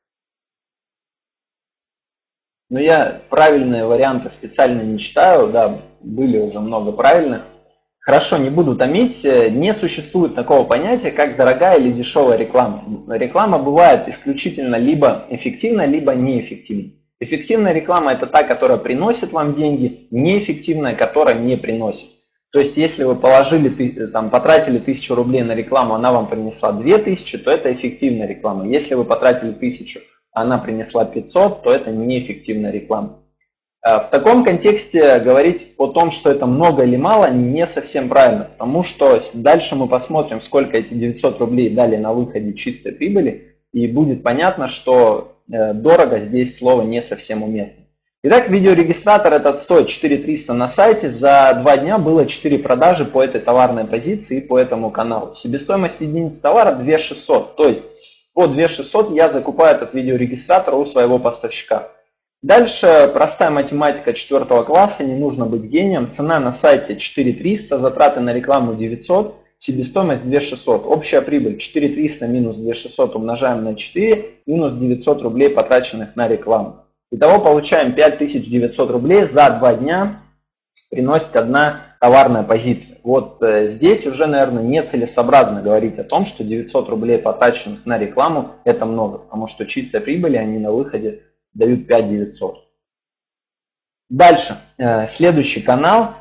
Но я правильные варианты специально не читаю, да, были уже много правильных. Хорошо, не буду томить, не существует такого понятия, как дорогая или дешевая реклама. Реклама бывает исключительно либо эффективна, либо неэффективна. Эффективная реклама – это та, которая приносит вам деньги, неэффективная, которая не приносит. То есть, если вы потратили 1000 рублей на рекламу, она вам принесла 2000, то это эффективная реклама. Если вы потратили 1000, она принесла 500, то это неэффективная реклама. В таком контексте говорить о том, что это много или мало, не совсем правильно, потому что дальше мы посмотрим, сколько эти 900 рублей дали на выходе чистой прибыли, и будет понятно, что дорого здесь слово не совсем уместно. Итак, видеорегистратор этот стоит 4300 на сайте, за 2 дня было 4 продажи по этой товарной позиции и по этому каналу. Себестоимость единицы товара 2600, то есть по 2600 я закупаю этот видеорегистратор у своего поставщика. Дальше простая математика 4 класса, не нужно быть гением. Цена на сайте 4300, затраты на рекламу 900, себестоимость 2600. Общая прибыль 4300 минус 2600 умножаем на 4, минус 900 рублей, потраченных на рекламу. Итого получаем 5900 рублей за 2 дня приносит одна товарная позиция. Вот здесь уже, наверное, нецелесообразно говорить о том, что 900 рублей, потраченных на рекламу, это много, потому что чистой прибыли они на выходе дают 5900. Дальше, следующий канал,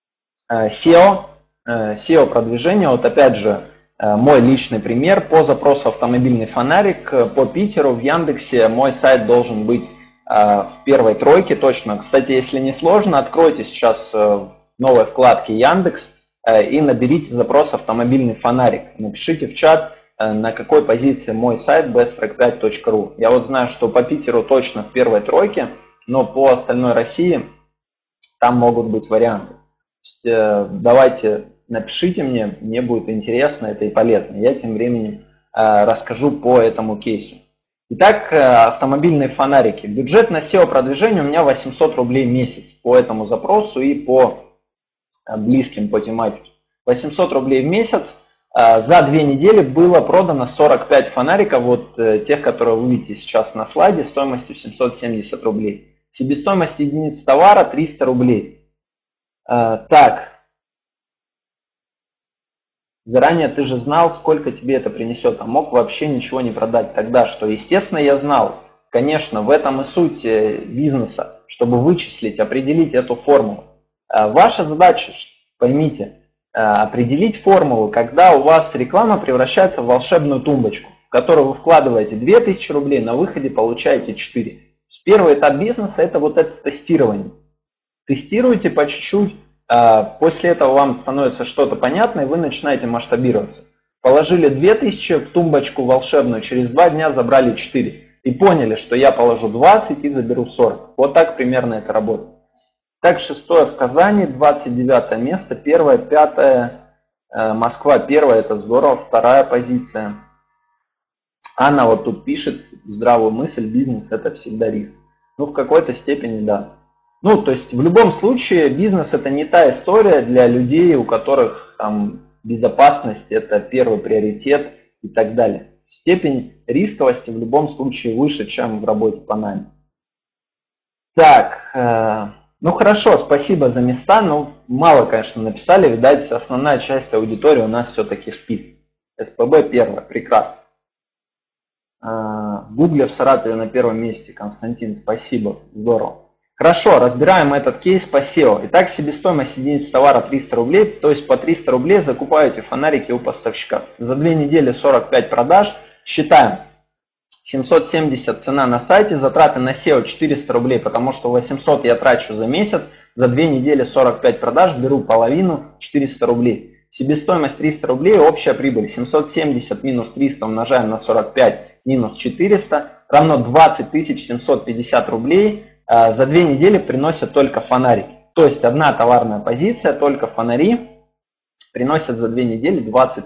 SEO, SEO-продвижение. Вот опять же, мой личный пример. По запросу автомобильный фонарик по Питеру в Яндексе мой сайт должен быть в первой тройке точно. Кстати, если не сложно, откройте сейчас в новой вкладке Яндекс и наберите запрос автомобильный фонарик. Напишите в чат, на какой позиции мой сайт best45.ru. Я вот знаю, что по Питеру точно в первой тройке, но по остальной России там могут быть варианты. То есть, давайте напишите мне будет интересно это и полезно. Я тем временем расскажу по этому кейсу. Итак, автомобильные фонарики. Бюджет на SEO-продвижение у меня 800 рублей в месяц по этому запросу и по близким по тематике. 800 рублей в месяц. За 2 недели было продано 45 фонариков, вот тех, которые вы видите сейчас на слайде, стоимостью 770 рублей. Себестоимость единиц товара 300 рублей. Так, заранее ты же знал, сколько тебе это принесет, а мог вообще ничего не продать тогда, что, естественно, я знал. Конечно, в этом и суть бизнеса, чтобы вычислить, определить эту формулу. Ваша задача, поймите, определить формулу, когда у вас реклама превращается в волшебную тумбочку, в которую вы вкладываете 2000 рублей, на выходе получаете 4. Первый этап бизнеса – это вот это тестирование. Тестируйте по чуть-чуть, после этого вам становится что-то понятно, и вы начинаете масштабироваться. Положили 2000 в тумбочку волшебную, через 2 дня забрали 4. И поняли, что я положу 20 и заберу 40. Вот так примерно это работает. Так, 6 в Казани, 29 место, 1, 5, Москва 1, это здорово, 2 позиция. Анна вот тут пишет, здравую мысль, бизнес это всегда риск. Ну, в какой-то степени да. Ну, то есть в любом случае бизнес это не та история для людей, у которых там безопасность это первый приоритет и так далее. Степень рисковости в любом случае выше, чем в работе по найму. Так, ну хорошо, спасибо за места, но мало, конечно, написали, видать, основная часть аудитории у нас все-таки спит. СПБ 1, прекрасно. Гугле в Саратове на 1 месте, Константин, спасибо, здорово. Хорошо, разбираем этот кейс по SEO. Итак, себестоимость единицы товара 300 рублей, то есть по 300 рублей закупаете фонарики у поставщика. За 2 недели 45 продаж, считаем. 770 цена на сайте, затраты на SEO 400 рублей, потому что 800 я трачу за месяц, за 2 недели 45 продаж, беру половину, 400 рублей. Себестоимость 300 рублей, общая прибыль 770 минус 300 умножаем на 45 минус 400, равно 20 750 рублей. За 2 недели приносят только фонарики. То есть одна товарная позиция, только фонари, приносят за 2 недели 20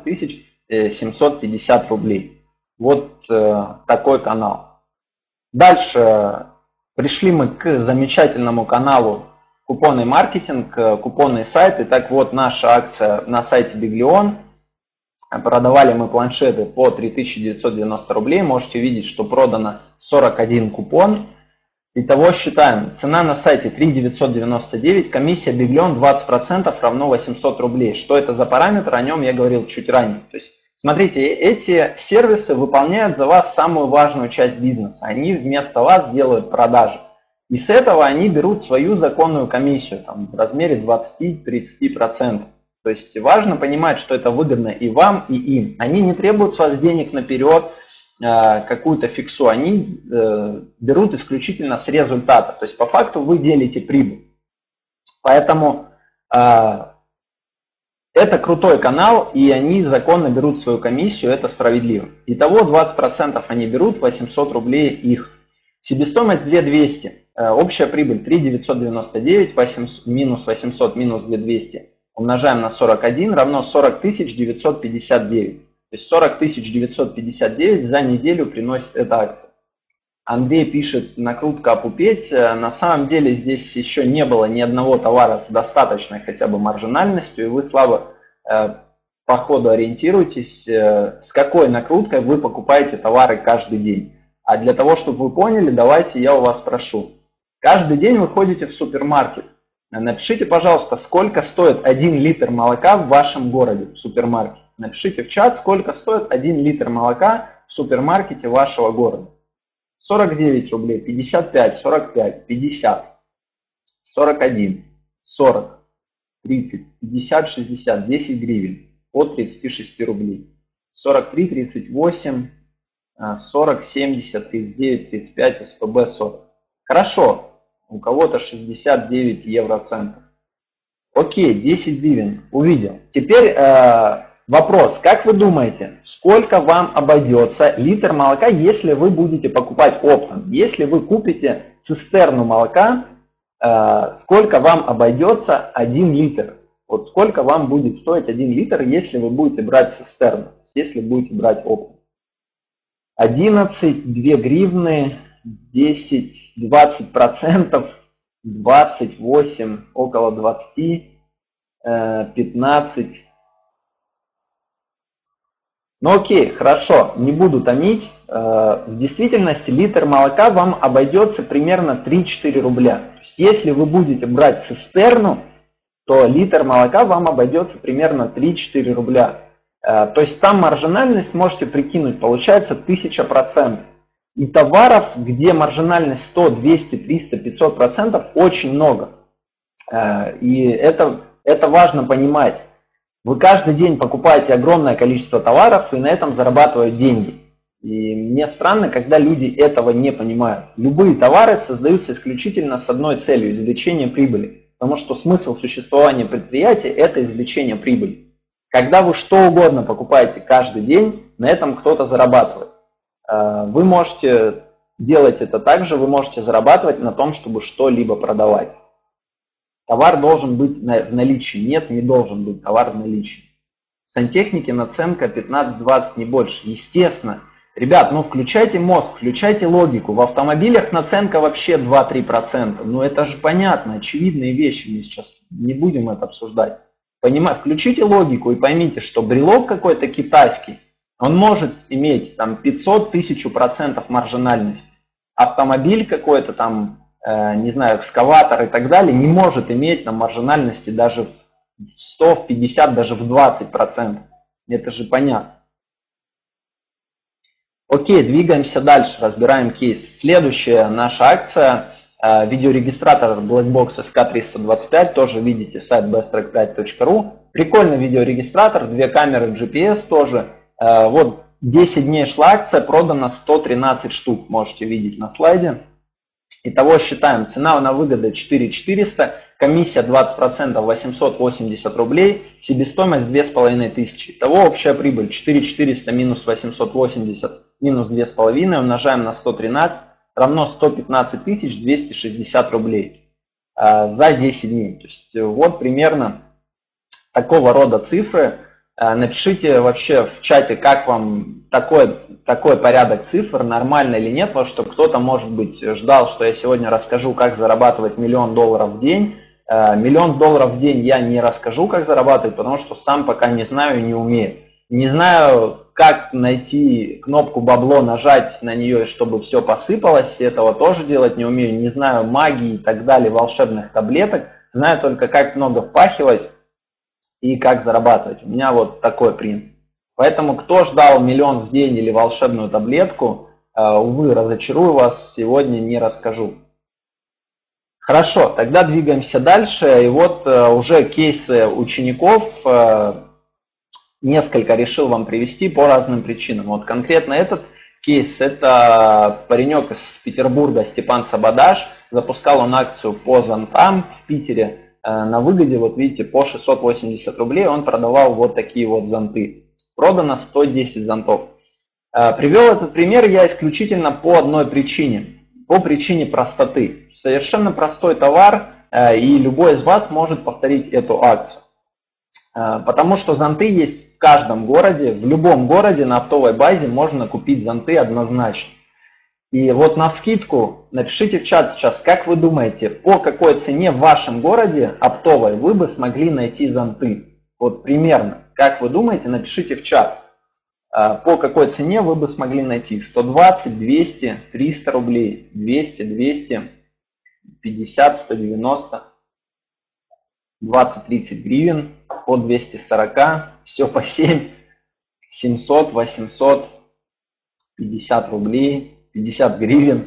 750 рублей. Вот такой канал. Дальше пришли мы к замечательному каналу купонный маркетинг, купонный сайт. Итак, вот наша акция на сайте Биглион. Продавали мы планшеты по 3990 рублей. Можете видеть, что продано 41 купон. Итого считаем. Цена на сайте 3999, комиссия Биглион 20% равно 800 рублей. Что это за параметр? О нем я говорил чуть ранее. То есть, смотрите, эти сервисы выполняют за вас самую важную часть бизнеса. Они вместо вас делают продажи. И с этого они берут свою законную комиссию там, в размере 20-30%. То есть важно понимать, что это выгодно и вам, и им. Они не требуют с вас денег наперед, какую-то фиксу, они берут исключительно с результата. То есть по факту вы делите прибыль. Поэтому это крутой канал, и они законно берут свою комиссию, это справедливо. Итого 20% они берут, 800 рублей их. Себестоимость 2200, общая прибыль 3999, минус 800 минус 2200 умножаем на 41 равно 40 959. То есть 40 959 за неделю приносит эта акция. Андрей пишет, накрутка опупеть. На самом деле здесь еще не было ни одного товара с достаточной хотя бы маржинальностью, и вы слабо по ходу ориентируетесь, с какой накруткой вы покупаете товары каждый день. А для того, чтобы вы поняли, давайте я у вас спрошу. Каждый день вы ходите в супермаркет. Напишите, пожалуйста, сколько стоит 1 литр молока в вашем городе, в супермаркете. Напишите в чат, сколько стоит 1 литр молока в супермаркете вашего города. 49 рублей, 55, 45, 50, 41, 40, 30, 50, 60, 10 гривен от 36 рублей. 43, 38, 40, 70, 39, 35, СПБ 40. Хорошо. У кого-то 69 евроцентов. Окей, 10 гривен, увидел. Теперь вопрос, как вы думаете, сколько вам обойдется литр молока, если вы будете покупать оптом? Если вы купите цистерну молока, сколько вам обойдется 1 литр? Вот сколько вам будет стоить 1 литр, если вы будете брать цистерну, если будете брать оптом? 11, 2 гривны, 10, 20%, 28, около 20, 15. Ну окей, хорошо, не буду томить. В действительности литр молока вам обойдется примерно 3-4 рубля. То есть, если вы будете брать цистерну, то литр молока вам обойдется примерно 3-4 рубля. То есть там маржинальность, можете прикинуть, получается 1000%. И товаров, где маржинальность 100, 200, 300, 500%, очень много. И это важно понимать. Вы каждый день покупаете огромное количество товаров и на этом зарабатывают деньги. И мне странно, когда люди этого не понимают. Любые товары создаются исключительно с одной целью – извлечение прибыли. Потому что смысл существования предприятия – это извлечение прибыли. Когда вы что угодно покупаете каждый день, на этом кто-то зарабатывает. Вы можете делать это также, вы можете зарабатывать на том, чтобы что-либо продавать. Товар должен быть в наличии. Нет, не должен быть товар в наличии. В сантехнике наценка 15-20, не больше. Естественно. Ребят, ну включайте мозг, включайте логику. В автомобилях наценка вообще 2-3%. Ну это же понятно, очевидные вещи. Мы сейчас не будем это обсуждать. Включите логику и поймите, что брелок какой-то китайский, он может иметь там 500-1000% маржинальности. Автомобиль какой-то там, не знаю, экскаватор и так далее, не может иметь там маржинальности даже в 100, в 50, даже в 20%. Это же понятно. Окей, двигаемся дальше, разбираем кейс. Следующая наша акция, видеорегистратор Blackbox SK325, тоже видите сайт besttrack5.ru. Прикольный видеорегистратор, две камеры GPS тоже. Вот 10 дней шла акция, продано 113 штук, можете видеть на слайде. Итого считаем, цена на выгоду 4400, комиссия 20% 880 рублей, себестоимость 2500. Итого общая прибыль 4400 минус 880 минус 2500 умножаем на 113 равно 115 260 рублей за 10 дней. То есть вот примерно такого рода цифры. Напишите вообще в чате, как вам такой порядок цифр, нормально или нет, потому что кто-то, может быть, ждал, что я сегодня расскажу, как зарабатывать $1 000 000 в день. $1 000 000 в день я не расскажу, как зарабатывать, потому что сам пока не знаю и не умею. Не знаю, как найти кнопку бабло, нажать на нее, чтобы все посыпалось, этого тоже делать не умею. Не знаю магии и так далее, волшебных таблеток. Знаю только, как много впахивать и как зарабатывать. У меня вот такой принцип. Поэтому, кто ждал 1 000 000 в день или волшебную таблетку, увы, разочарую вас, сегодня не расскажу. Хорошо, тогда двигаемся дальше. И вот уже кейсы учеников несколько решил вам привести по разным причинам. Вот конкретно этот кейс, это паренек из Петербурга Степан Сабадаш. Запускал он акцию по зонтам в Питере. На выгоде, вот видите, по 680 рублей он продавал вот такие вот зонты. Продано 110 зонтов. Привел этот пример я исключительно по одной причине. По причине простоты. Совершенно простой товар, и любой из вас может повторить эту акцию. Потому что зонты есть в каждом городе. В любом городе на оптовой базе можно купить зонты однозначно. И вот навскидку напишите в чат сейчас, как вы думаете, по какой цене в вашем городе оптовой вы бы смогли найти зонты? Вот примерно, как вы думаете, напишите в чат, по какой цене вы бы смогли найти? 120, 200, 300 рублей, 200, 200, 50, 190, 20, 30 гривен, по 240, все по 7, 700, 800, 50 рублей. 50 гривен,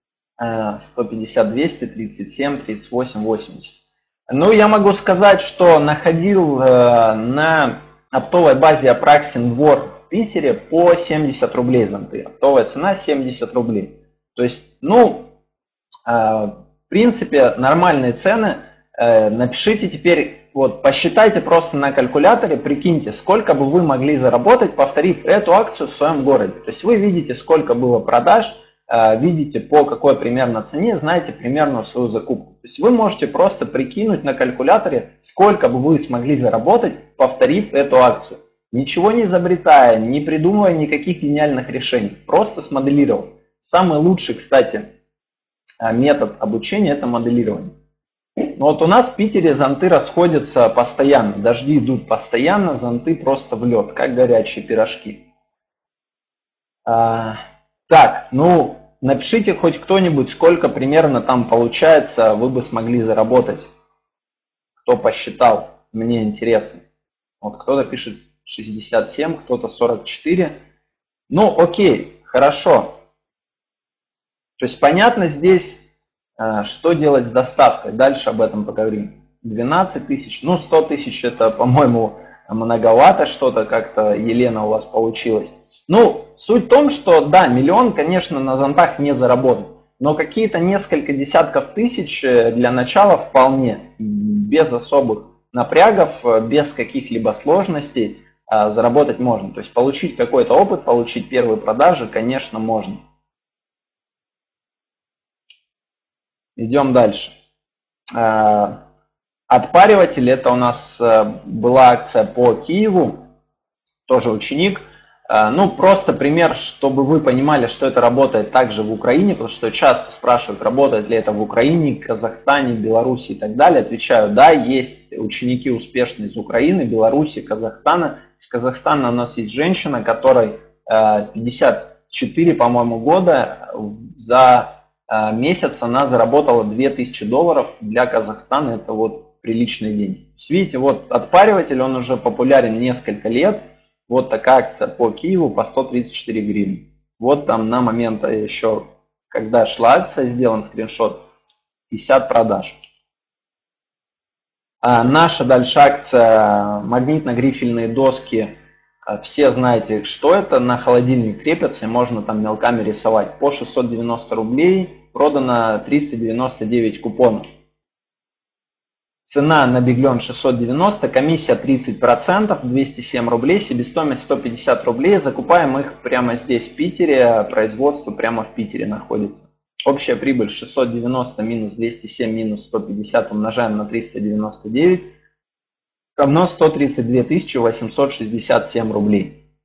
150, 200, 37, 38, 80. Ну, я могу сказать, что находил на оптовой базе Апраксин Двор в Питере по 70 рублей зонты. Оптовая цена 70 рублей. То есть, ну, в принципе, нормальные цены. Напишите теперь, вот, посчитайте просто на калькуляторе, прикиньте, сколько бы вы могли заработать, повторив эту акцию в своем городе. То есть вы видите, сколько было продаж, видите, по какой примерно цене, знаете примерно свою закупку. То есть вы можете просто прикинуть на калькуляторе, сколько бы вы смогли заработать, повторив эту акцию. Ничего не изобретая, не придумывая никаких гениальных решений. Просто смоделировал. Самый лучший, кстати, метод обучения – это моделирование. Вот у нас в Питере зонты расходятся постоянно, дожди идут постоянно, зонты просто в лед, как горячие пирожки. Так, ну, напишите хоть кто-нибудь, сколько примерно там получается, вы бы смогли заработать. Кто посчитал, мне интересно. Вот кто-то пишет 67, кто-то 44. Ну, окей, хорошо. То есть понятно здесь, что делать с доставкой. Дальше об этом поговорим. 12 тысяч, ну 100 тысяч это, по-моему, многовато что-то как-то, Елена, у вас получилось. Ну, суть в том, что да, миллион, конечно, на зонтах не заработать. Но какие-то несколько десятков тысяч для начала вполне, без особых напрягов, без каких-либо сложностей заработать можно. То есть получить какой-то опыт, получить первые продажи, конечно, можно. Идем дальше. Отпариватель, это у нас была акция по Киеву, тоже ученик. Ну, просто пример, чтобы вы понимали, что это работает также в Украине, потому что часто спрашивают, работает ли это в Украине, Казахстане, Беларуси и так далее. Отвечаю, да, есть ученики успешные из Украины, Беларуси, Казахстана. Из Казахстана у нас есть женщина, которой 54, по-моему, года. За месяц она заработала $2000. Для Казахстана это вот приличные деньги. Видите, вот отпариватель, он уже популярен несколько лет. Вот такая акция по Киеву по 134 гривны. Вот там на момент еще, когда шла акция, сделан скриншот, 50 продаж. Наша дальше акция магнитно-грифельные доски. Все знаете, что это. На холодильник крепятся и можно там мелками рисовать. По 690 рублей продано 399 купонов. Цена на Биглен 690, комиссия 30%, 207 рублей, себестоимость 150 рублей. Закупаем их прямо здесь, в Питере. Производство прямо в Питере находится. Общая прибыль 690 минус 207 минус 150 умножаем на 399. Равно 132 867 рублей.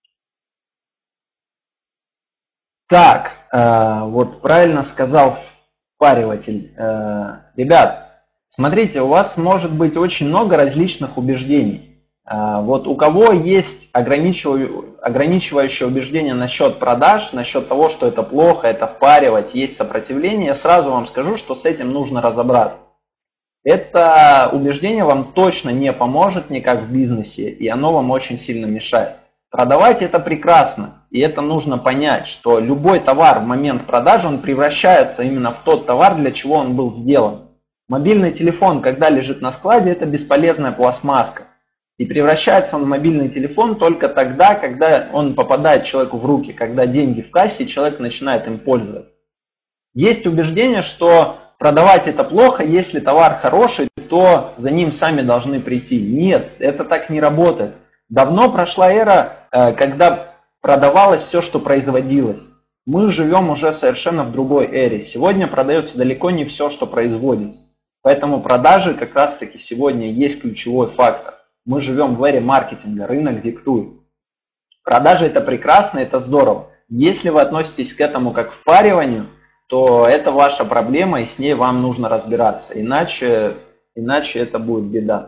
Так, вот правильно сказал впариватель. Ребят, смотрите, у вас может быть очень много различных убеждений. Вот у кого есть ограничивающее убеждение насчет продаж, насчет того, что это плохо, это впаривать, есть сопротивление, я сразу вам скажу, что с этим нужно разобраться. Это убеждение вам точно не поможет никак в бизнесе, и оно вам очень сильно мешает. Продавать это прекрасно, и это нужно понять, что любой товар в момент продажи, он превращается именно в тот товар, для чего он был сделан. Мобильный телефон, когда лежит на складе, это бесполезная пластмасска. И превращается он в мобильный телефон только тогда, когда он попадает человеку в руки, когда деньги в кассе, и человек начинает им пользоваться. Есть убеждение, что продавать это плохо, если товар хороший, то за ним сами должны прийти. Нет, это так не работает. Давно прошла эра, когда продавалось все, что производилось. Мы живем уже совершенно в другой эре. Сегодня продается далеко не все, что производится. Поэтому продажи как раз таки сегодня есть ключевой фактор. Мы живем в эре маркетинга, рынок диктует. Продажи это прекрасно, это здорово. Если вы относитесь к этому как к впариванию, то это ваша проблема, и с ней вам нужно разбираться. Иначе это будет беда.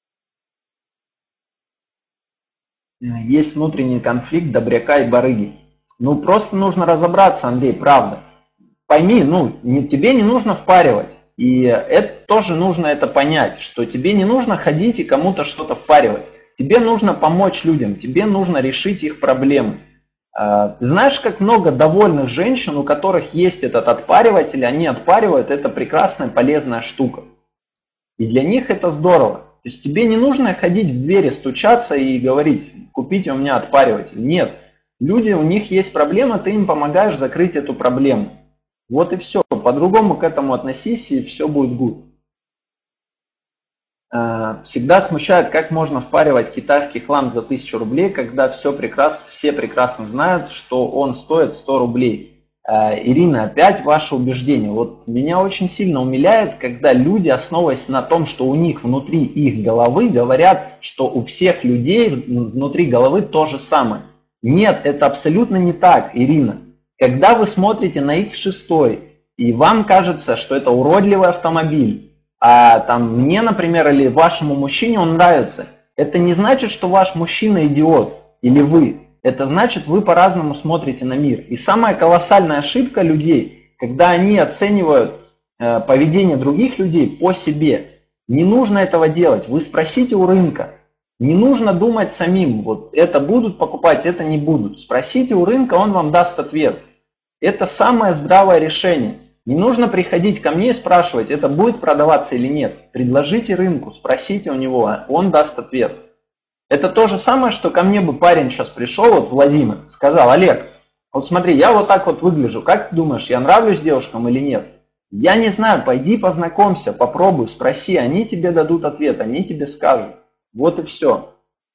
Есть внутренний конфликт добряка и барыги. Ну, просто нужно разобраться, Андрей, правда. Пойми, тебе не нужно впаривать. И это тоже нужно это понять, что тебе не нужно ходить и кому-то что-то впаривать. Тебе нужно помочь людям, тебе нужно решить их проблемы. Знаешь, как много довольных женщин, у которых есть этот отпариватель, они отпаривают, это прекрасная, полезная штука. И для них это здорово. То есть тебе не нужно ходить в двери, стучаться и говорить, купите у меня отпариватель. Нет, люди, у них есть проблема, ты им помогаешь закрыть эту проблему. Вот и все. По-другому к этому относись, и все будет good. Всегда смущает, как можно впаривать китайский хлам за 1000 рублей, когда все прекрасно знают, что он стоит 100 рублей. Ирина, опять ваше убеждение. Вот меня очень сильно умиляет, когда люди, основываясь на том, что у них внутри их головы, говорят, что у всех людей внутри головы то же самое. Нет, это абсолютно не так, Ирина. Когда вы смотрите на X6, и вам кажется, что это уродливый автомобиль, а там мне, например, или вашему мужчине он нравится, это не значит, что ваш мужчина идиот или вы. Это значит, вы по-разному смотрите на мир. И самая колоссальная ошибка людей, когда они оценивают поведение других людей по себе. Не нужно этого делать. Вы спросите у рынка. Не нужно думать самим, вот это будут покупать, это не будут. Спросите у рынка, он вам даст ответ. Это самое здравое решение. Не нужно приходить ко мне и спрашивать, это будет продаваться или нет. Предложите рынку, спросите у него, он даст ответ. Это то же самое, что ко мне бы парень сейчас пришел, вот Владимир, сказал: Олег, вот смотри, я вот так вот выгляжу, как ты думаешь, я нравлюсь девушкам или нет? Я не знаю, пойди познакомься, попробуй, спроси, они тебе дадут ответ, они тебе скажут. Вот и все.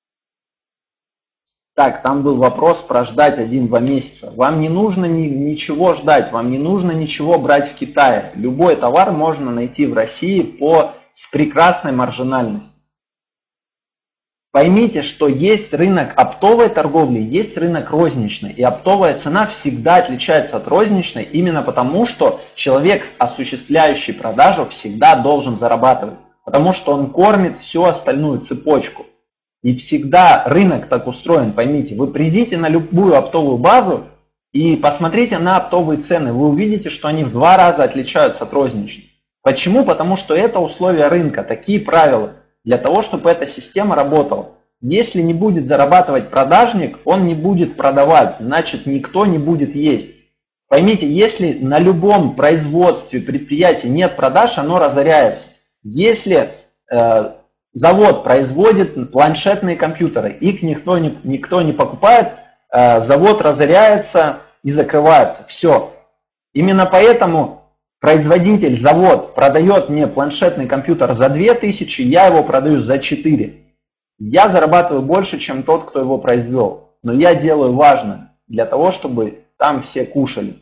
Так, там был вопрос про ждать 1-2 месяца. Вам не нужно ничего ждать, вам не нужно ничего брать в Китае. Любой товар можно найти в России с прекрасной маржинальностью. Поймите, что есть рынок оптовой торговли, есть рынок розничный. И оптовая цена всегда отличается от розничной, именно потому, что человек, осуществляющий продажу, всегда должен зарабатывать. Потому что он кормит всю остальную цепочку. И всегда рынок так устроен, поймите. Вы придите на любую оптовую базу и посмотрите на оптовые цены. Вы увидите, что они в 2 раза отличаются от розничных. Почему? Потому что это условия рынка, такие правила. Для того, чтобы эта система работала. Если не будет зарабатывать продажник, он не будет продавать, значит никто не будет есть. Поймите, если на любом производстве, предприятии нет продаж, оно разоряется. Если завод производит планшетные компьютеры, их никто не покупает, завод разоряется и закрывается. Все. Именно поэтому производитель, завод продает мне планшетный компьютер за 2000, я его продаю за 4. Я зарабатываю больше, чем тот, кто его произвел. Но я делаю важно для того, чтобы там все кушали.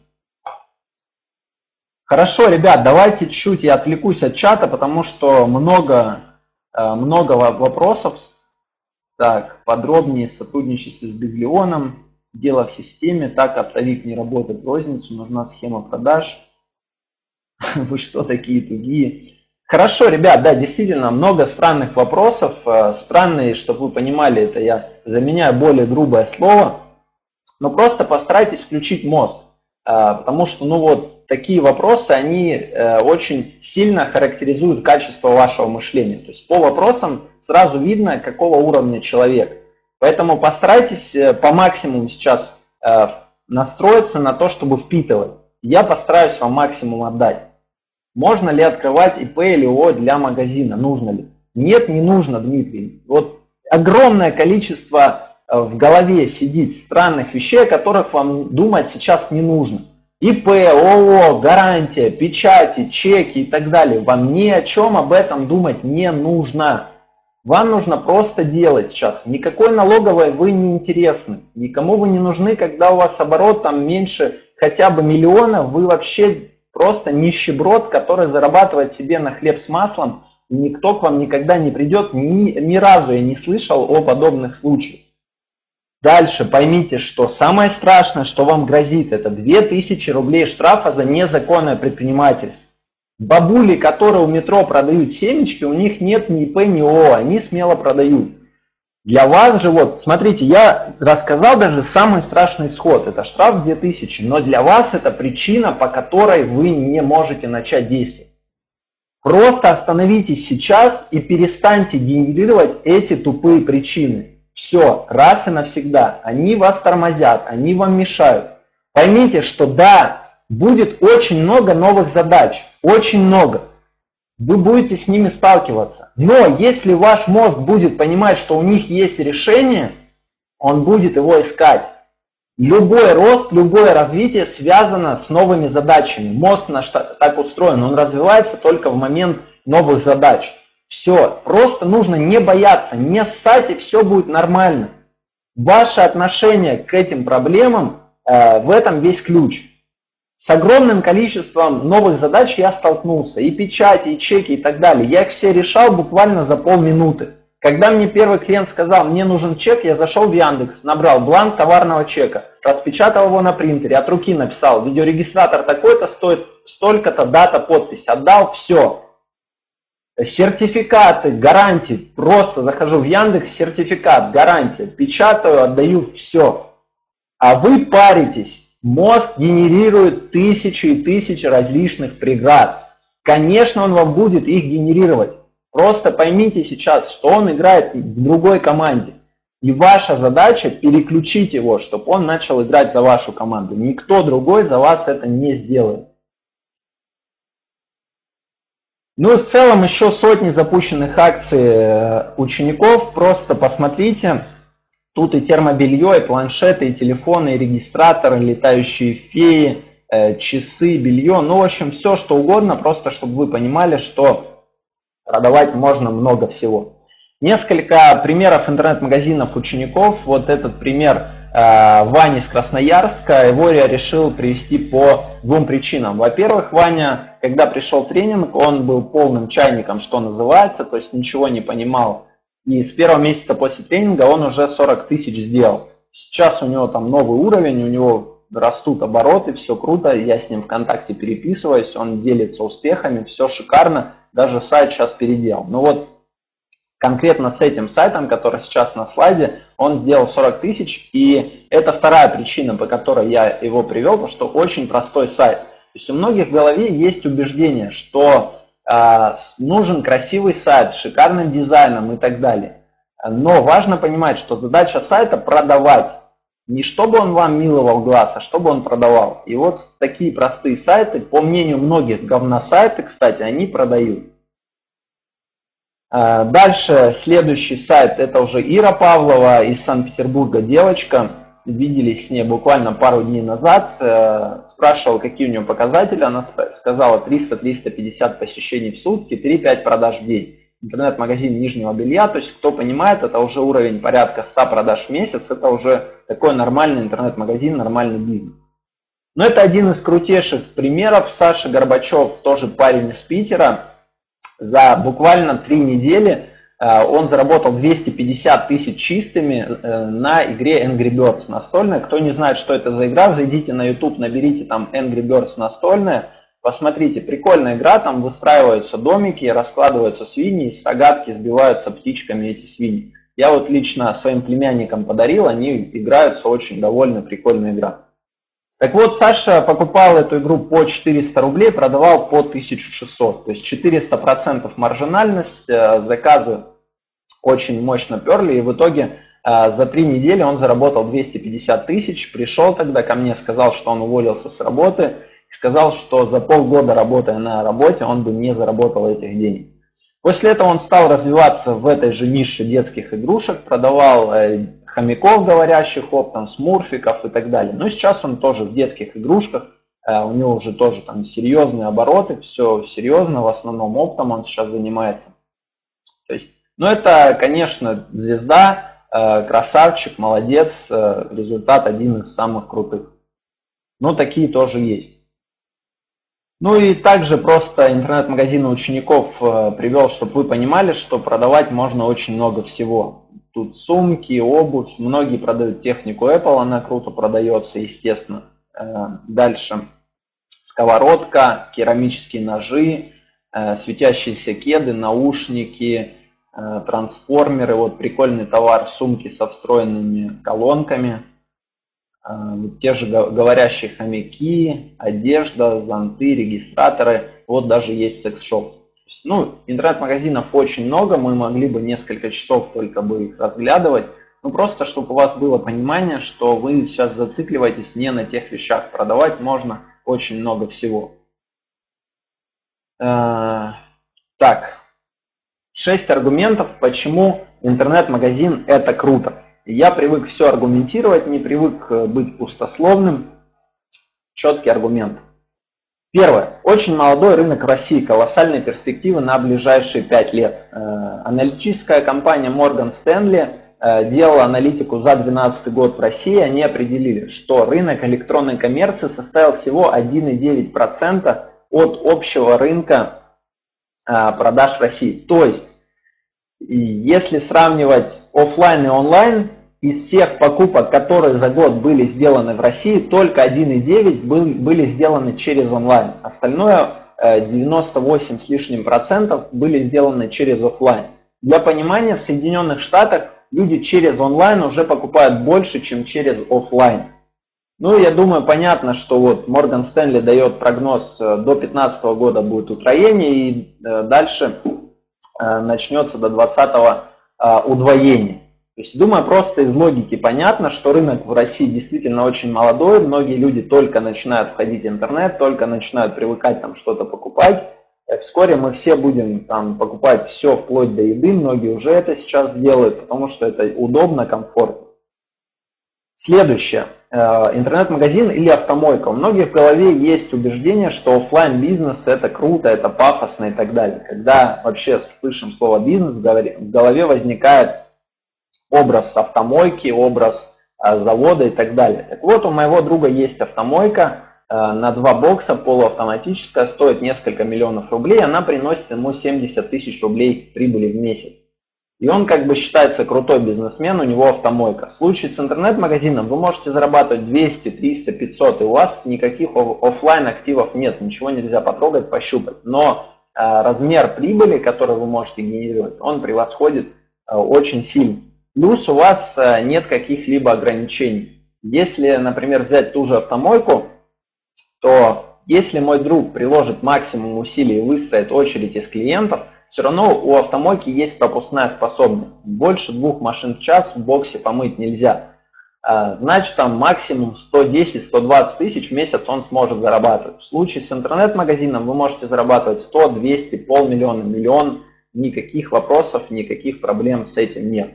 Хорошо, ребят, давайте чуть-чуть я отвлекусь от чата, потому что много вопросов. Так, подробнее сотрудничество с Библионом. Дело в системе. Так, оптовик не работает в розницу. Нужна схема продаж. Вы что, такие тугие? Хорошо, ребят, да, действительно, много странных вопросов. Странные, чтобы вы понимали, это я заменяю более грубое слово. Но просто постарайтесь включить мозг. Потому что, ну вот, такие вопросы, они очень сильно характеризуют качество вашего мышления. То есть по вопросам сразу видно, какого уровня человек. Поэтому постарайтесь по максимуму сейчас настроиться на то, чтобы впитывать. Я постараюсь вам максимум отдать. Можно ли открывать ИП или ООО для магазина? Нужно ли? Нет, не нужно, Дмитрий. Вот огромное количество в голове сидит странных вещей, о которых вам думать сейчас не нужно. ИП, ООО, гарантия, печати, чеки и так далее. Вам ни о чем об этом думать не нужно. Вам нужно просто делать сейчас. Никакой налоговой вы не интересны. Никому вы не нужны, когда у вас оборот там меньше хотя бы миллиона, вы вообще просто нищеброд, который зарабатывает себе на хлеб с маслом, и никто к вам никогда не придет. Ни разу я не слышал о подобных случаях. Дальше поймите, что самое страшное, что вам грозит, это 2000 рублей штрафа за незаконное предпринимательство. Бабули, которые у метро продают семечки, у них нет ни ИП, ни ООО, они смело продают. Для вас же, вот, смотрите, я рассказал даже самый страшный исход, это штраф 2000, но для вас это причина, по которой вы не можете начать действовать. Просто остановитесь сейчас и перестаньте генерировать эти тупые причины. Все, раз и навсегда. Они вас тормозят, они вам мешают. Поймите, что да, будет очень много новых задач, очень много. Вы будете с ними сталкиваться. Но если ваш мозг будет понимать, что у них есть решение, он будет его искать. Любой рост, любое развитие связано с новыми задачами. Мозг наш так устроен, он развивается только в момент новых задач. Все, просто нужно не бояться, не ссать, и все будет нормально. Ваше отношение к этим проблемам, в этом весь ключ. С огромным количеством новых задач я столкнулся. И печати, и чеки, и так далее. Я их все решал буквально за полминуты. Когда мне первый клиент сказал, мне нужен чек, я зашел в Яндекс, набрал бланк товарного чека, распечатал его на принтере, от руки написал, видеорегистратор такой-то стоит столько-то, дата, подпись, отдал, все. Сертификаты, гарантии, просто захожу в Яндекс, сертификат, гарантия, печатаю, отдаю, все. А вы паритесь. Мозг генерирует тысячи и тысячи различных преград. Конечно, он вам будет их генерировать. Просто поймите сейчас, что он играет в другой команде. И ваша задача переключить его, чтобы он начал играть за вашу команду. Никто другой за вас это не сделает. Ну и в целом еще сотни запущенных акций учеников. Просто посмотрите. Тут и термобелье, и планшеты, и телефоны, и регистраторы, летающие феи, часы, белье. Ну, в общем, все, что угодно, просто чтобы вы понимали, что продавать можно много всего. Несколько примеров интернет-магазинов учеников. Вот этот пример Вани из Красноярска. Его я решил привести по двум причинам. Во-первых, Ваня, когда пришел тренинг, он был полным чайником, что называется, то есть ничего не понимал. И с первого месяца после тренинга он уже 40 тысяч сделал. Сейчас у него там новый уровень, у него растут обороты, все круто. Я с ним ВКонтакте переписываюсь, он делится успехами, все шикарно. Даже сайт сейчас переделал. Ну вот конкретно с этим сайтом, который сейчас на слайде, он сделал 40 тысяч. И это вторая причина, по которой я его привел, потому что очень простой сайт. То есть у многих в голове есть убеждение, что нужен красивый сайт с шикарным дизайном и так далее. Но важно понимать, что задача сайта продавать. Не чтобы он вам миловал глаз, а чтобы он продавал. И вот такие простые сайты, по мнению многих говносайты, кстати, они продают. Дальше следующий сайт, это уже Ира Павлова из Санкт-Петербурга, девочка. Виделись с ней буквально пару дней назад, спрашивал, какие у нее показатели, она сказала 300-350 посещений в сутки, 3-5 продаж в день. Интернет-магазин нижнего белья, то есть кто понимает, это уже уровень порядка 100 продаж в месяц, это уже такой нормальный интернет-магазин, нормальный бизнес. Но это один из крутейших примеров. Саша Горбачев, тоже парень из Питера, за буквально 3 недели он заработал 250 тысяч чистыми на игре Angry Birds настольная. Кто не знает, что это за игра, зайдите на YouTube, наберите там Angry Birds настольная, посмотрите, прикольная игра, там выстраиваются домики, раскладываются свиньи, и с рогатки сбиваются птичками эти свиньи. Я вот лично своим племянникам подарил, они играются, очень довольны, прикольная игра. Так вот, Саша покупал эту игру по 400 рублей, продавал по 1600. То есть 400% маржинальность, заказы очень мощно перли. И в итоге за 3 недели он заработал 250 тысяч. Пришел тогда ко мне, сказал, что он уволился с работы. И сказал, что за полгода, работая на работе, он бы не заработал этих денег. После этого он стал развиваться в этой же нише детских игрушек, продавал хомяков говорящих оптом, смурфиков и так далее. Но сейчас он тоже в детских игрушках, у него уже тоже там серьезные обороты, все серьезно, в основном оптом он сейчас занимается. То есть, ну это, конечно, звезда, красавчик, молодец, результат один из самых крутых. Но такие тоже есть. Ну и также просто интернет-магазины учеников привел, чтобы вы понимали, что продавать можно очень много всего. Тут сумки, обувь, многие продают технику Apple, она круто продается, естественно. Дальше сковородка, керамические ножи, светящиеся кеды, наушники, трансформеры. Вот прикольный товар, сумки со встроенными колонками. Те же говорящие хомяки, одежда, зонты, регистраторы. Вот даже есть секс-шоп. Ну, интернет-магазинов очень много, мы могли бы несколько часов только бы их разглядывать. Ну, просто, чтобы у вас было понимание, что вы сейчас зацикливаетесь не на тех вещах. Продавать можно очень много всего. Так, 6 аргументов, почему интернет-магазин это круто. Я привык все аргументировать, не привык быть пустословным. Четкий аргумент. Первое. Очень молодой рынок в России, колоссальные перспективы на ближайшие 5 лет. Аналитическая компания Morgan Stanley делал аналитику за 2012 год в России, они определили, что рынок электронной коммерции составил всего 1,9% от общего рынка продаж в России. То есть, если сравнивать офлайн и онлайн, из всех покупок, которые за год были сделаны в России, только 1,9 были сделаны через онлайн. Остальное 98 с лишним процентов были сделаны через офлайн. Для понимания, в Соединенных Штатах люди через онлайн уже покупают больше, чем через офлайн. Ну, я думаю, понятно, что вот Morgan Stanley дает прогноз, до 2015 года будет утроение, и дальше начнется до 2020 удвоение. То есть, думаю, просто из логики понятно, что рынок в России действительно очень молодой, многие люди только начинают входить в интернет, только начинают привыкать там что-то покупать. Вскоре мы все будем там покупать все вплоть до еды, многие уже это сейчас делают, потому что это удобно, комфортно. Следующее. Интернет-магазин или автомойка. У многих в голове есть убеждение, что офлайн бизнес это круто, это пафосно и так далее. Когда вообще слышим слово бизнес, в голове возникает образ автомойки, образ завода и так далее. Так вот, у моего друга есть автомойка на 2 бокса, полуавтоматическая, стоит несколько миллионов рублей, она приносит ему 70 тысяч рублей прибыли в месяц. И он как бы считается крутой бизнесмен, у него автомойка. В случае с интернет-магазином вы можете зарабатывать 200, 300, 500, и у вас никаких офлайн активов нет, ничего нельзя потрогать, пощупать. Но размер прибыли, который вы можете генерировать, он превосходит очень сильно. Плюс у вас нет каких-либо ограничений. Если, например, взять ту же автомойку, то если мой друг приложит максимум усилий и выстроит очередь из клиентов, все равно у автомойки есть пропускная способность. Больше 2 машин в час в боксе помыть нельзя. Значит, там максимум 110-120 тысяч в месяц он сможет зарабатывать. В случае с интернет-магазином вы можете зарабатывать 100, 200, полмиллиона, миллион. Никаких вопросов, никаких проблем с этим нет.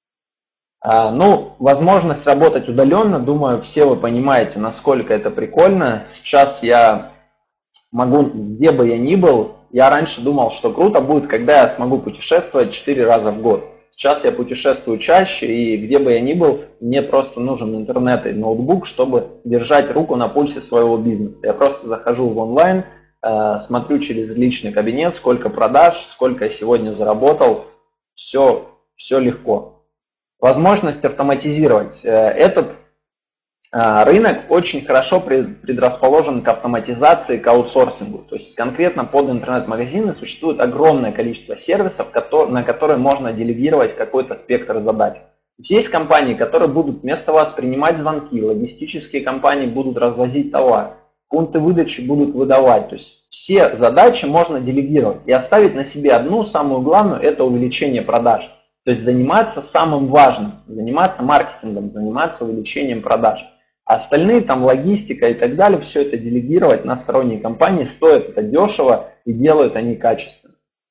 Ну, возможность работать удаленно, думаю, все вы понимаете, насколько это прикольно. Сейчас я могу, где бы я ни был, я раньше думал, что круто будет, когда я смогу путешествовать 4 раза в год. Сейчас я путешествую чаще, и где бы я ни был, мне просто нужен интернет и ноутбук, чтобы держать руку на пульсе своего бизнеса. Я просто захожу в онлайн, смотрю через личный кабинет, сколько продаж, сколько я сегодня заработал, все легко. Возможность автоматизировать. Этот рынок очень хорошо предрасположен к автоматизации, к аутсорсингу. То есть конкретно под интернет-магазины существует огромное количество сервисов, на которые можно делегировать какой-то спектр задач. Есть компании, которые будут вместо вас принимать звонки, логистические компании будут развозить товар, пункты выдачи будут выдавать. То есть все задачи можно делегировать и оставить на себе одну, самую главную, это увеличение продаж. То есть заниматься самым важным, заниматься маркетингом, заниматься увеличением продаж. А остальные, там логистика и так далее, все это делегировать на сторонние компании, стоит это дешево и делают они качественно.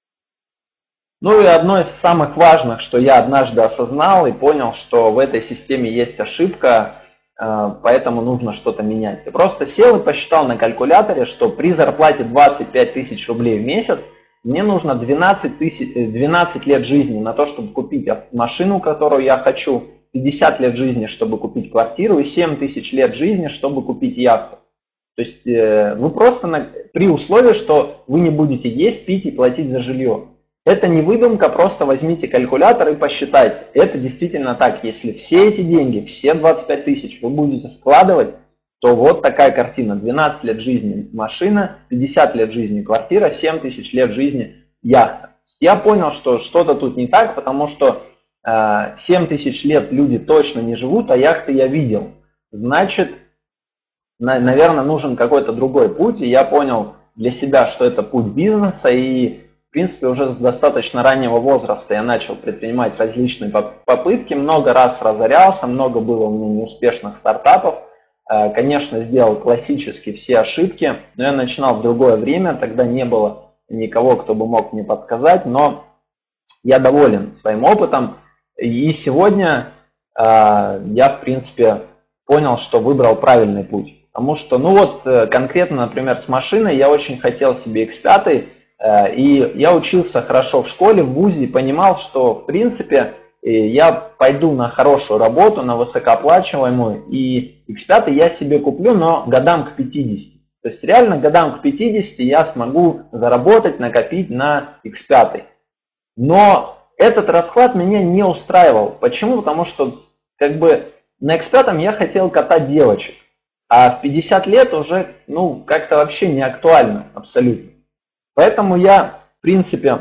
Ну и одно из самых важных, что я однажды осознал и понял, что в этой системе есть ошибка, поэтому нужно что-то менять. Я просто сел и посчитал на калькуляторе, что при зарплате 25 тысяч рублей в месяц мне нужно 12 лет жизни на то, чтобы купить машину, которую я хочу, 50 лет жизни, чтобы купить квартиру, и 7 тысяч лет жизни, чтобы купить яхту. То есть вы просто при условии, что вы не будете есть, пить и платить за жилье. Это не выдумка, просто возьмите калькулятор и посчитайте. Это действительно так. Если все эти деньги, все 25 тысяч вы будете складывать, то вот такая картина. 12 лет жизни машина, 50 лет жизни квартира, 7 тысяч лет жизни яхта. Я понял, что что-то тут не так, потому что 7 тысяч лет люди точно не живут, а яхты я видел. Значит, наверное, нужен какой-то другой путь. И я понял для себя, что это путь бизнеса. И, в принципе, уже с достаточно раннего возраста я начал предпринимать различные попытки. Много раз разорялся, много было у меня неуспешных стартапов. Конечно, сделал классически все ошибки, но я начинал в другое время, тогда не было никого, кто бы мог мне подсказать, но я доволен своим опытом. И сегодня я, в принципе, понял, что выбрал правильный путь. Потому что, ну вот, конкретно, например, с машиной я очень хотел себе X5, и я учился хорошо в школе, в вузе, и понимал, что, в принципе, и я пойду на хорошую работу, на высокооплачиваемую, и X5 я себе куплю, но годам к 50. То есть реально годам к 50 я смогу заработать, накопить на X5. Но этот расклад меня не устраивал. Почему? Потому что как бы на X5 я хотел катать девочек, а в 50 лет уже как-то вообще не актуально абсолютно. Поэтому я, в принципе,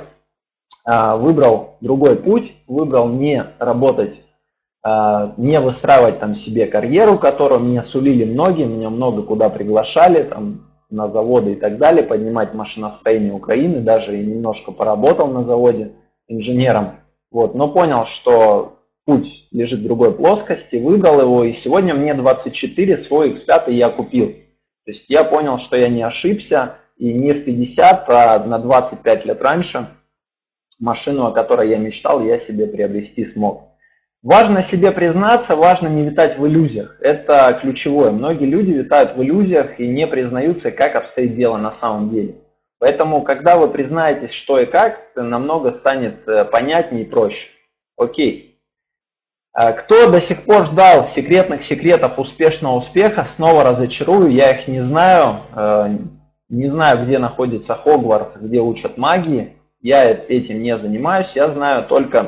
выбрал другой путь, выбрал не работать, не выстраивать там себе карьеру, которую мне сулили многие, меня много куда приглашали, там, на заводы и так далее, поднимать машиностроение Украины, даже и немножко поработал на заводе инженером, но понял, что путь лежит в другой плоскости, выбрал его, и сегодня мне 24, свой X5 я купил. То есть я понял, что я не ошибся, и не в 50, а на 25 лет раньше машину, о которой я мечтал, я себе приобрести смог. Важно себе признаться, важно не витать в иллюзиях. Это ключевое. Многие люди витают в иллюзиях и не признаются, как обстоит дело на самом деле. Поэтому, когда вы признаетесь, что и как, намного станет понятнее и проще. Окей. Кто до сих пор ждал секретных секретов успешного успеха, снова разочарую, я их не знаю. Не знаю, где находится Хогвартс, где учат магии. Я этим не занимаюсь. Я знаю только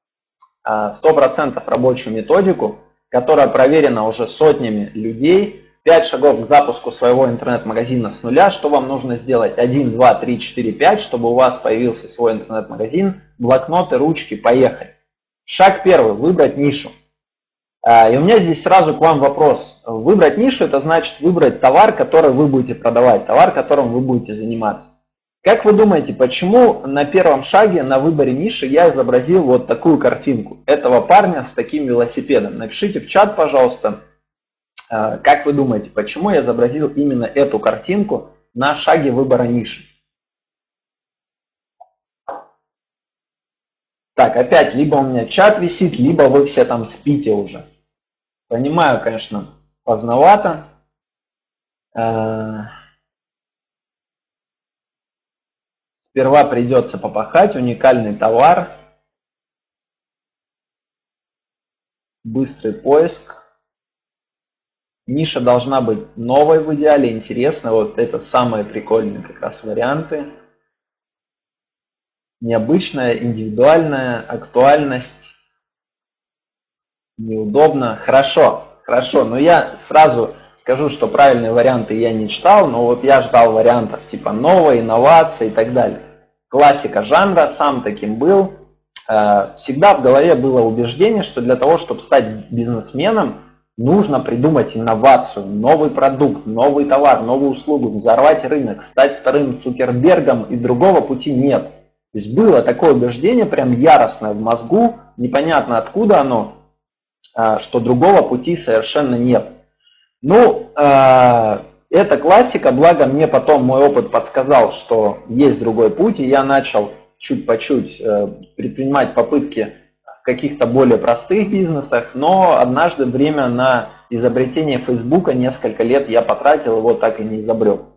100% рабочую методику, которая проверена уже сотнями людей. 5 шагов к запуску своего интернет-магазина с нуля. Что вам нужно сделать? 1, 2, 3, 4, 5, чтобы у вас появился свой интернет-магазин. Блокноты, ручки, поехали. Шаг первый. Выбрать нишу. И у меня здесь сразу к вам вопрос. Выбрать нишу – это значит выбрать товар, который вы будете продавать, товар, которым вы будете заниматься. Как вы думаете, почему на первом шаге, на выборе ниши, я изобразил вот такую картинку этого парня с таким велосипедом? Напишите в чат, пожалуйста, как вы думаете, почему я изобразил именно эту картинку на шаге выбора ниши? Так, опять, либо у меня чат висит, либо вы все там спите уже. Понимаю, конечно, поздновато. Сперва придется попахать, уникальный товар, быстрый поиск. Ниша должна быть новой в идеале, интересной. Вот это самые прикольные как раз варианты. Необычная, индивидуальная, актуальность. Неудобно. Хорошо, но я сразу скажу, что правильные варианты я не читал, но вот я ждал вариантов типа новой, инновации и так далее. Классика жанра, сам таким был. Всегда в голове было убеждение, что для того, чтобы стать бизнесменом, нужно придумать инновацию, новый продукт, новый товар, новую услугу, взорвать рынок, стать вторым Цукербергом, и другого пути нет. То есть было такое убеждение, прям яростное в мозгу, непонятно откуда оно, что другого пути совершенно нет. Это классика, благо мне потом мой опыт подсказал, что есть другой путь, и я начал чуть по чуть предпринимать попытки в каких-то более простых бизнесах, но однажды время на изобретение Фейсбука, несколько лет я потратил, его так и не изобрел.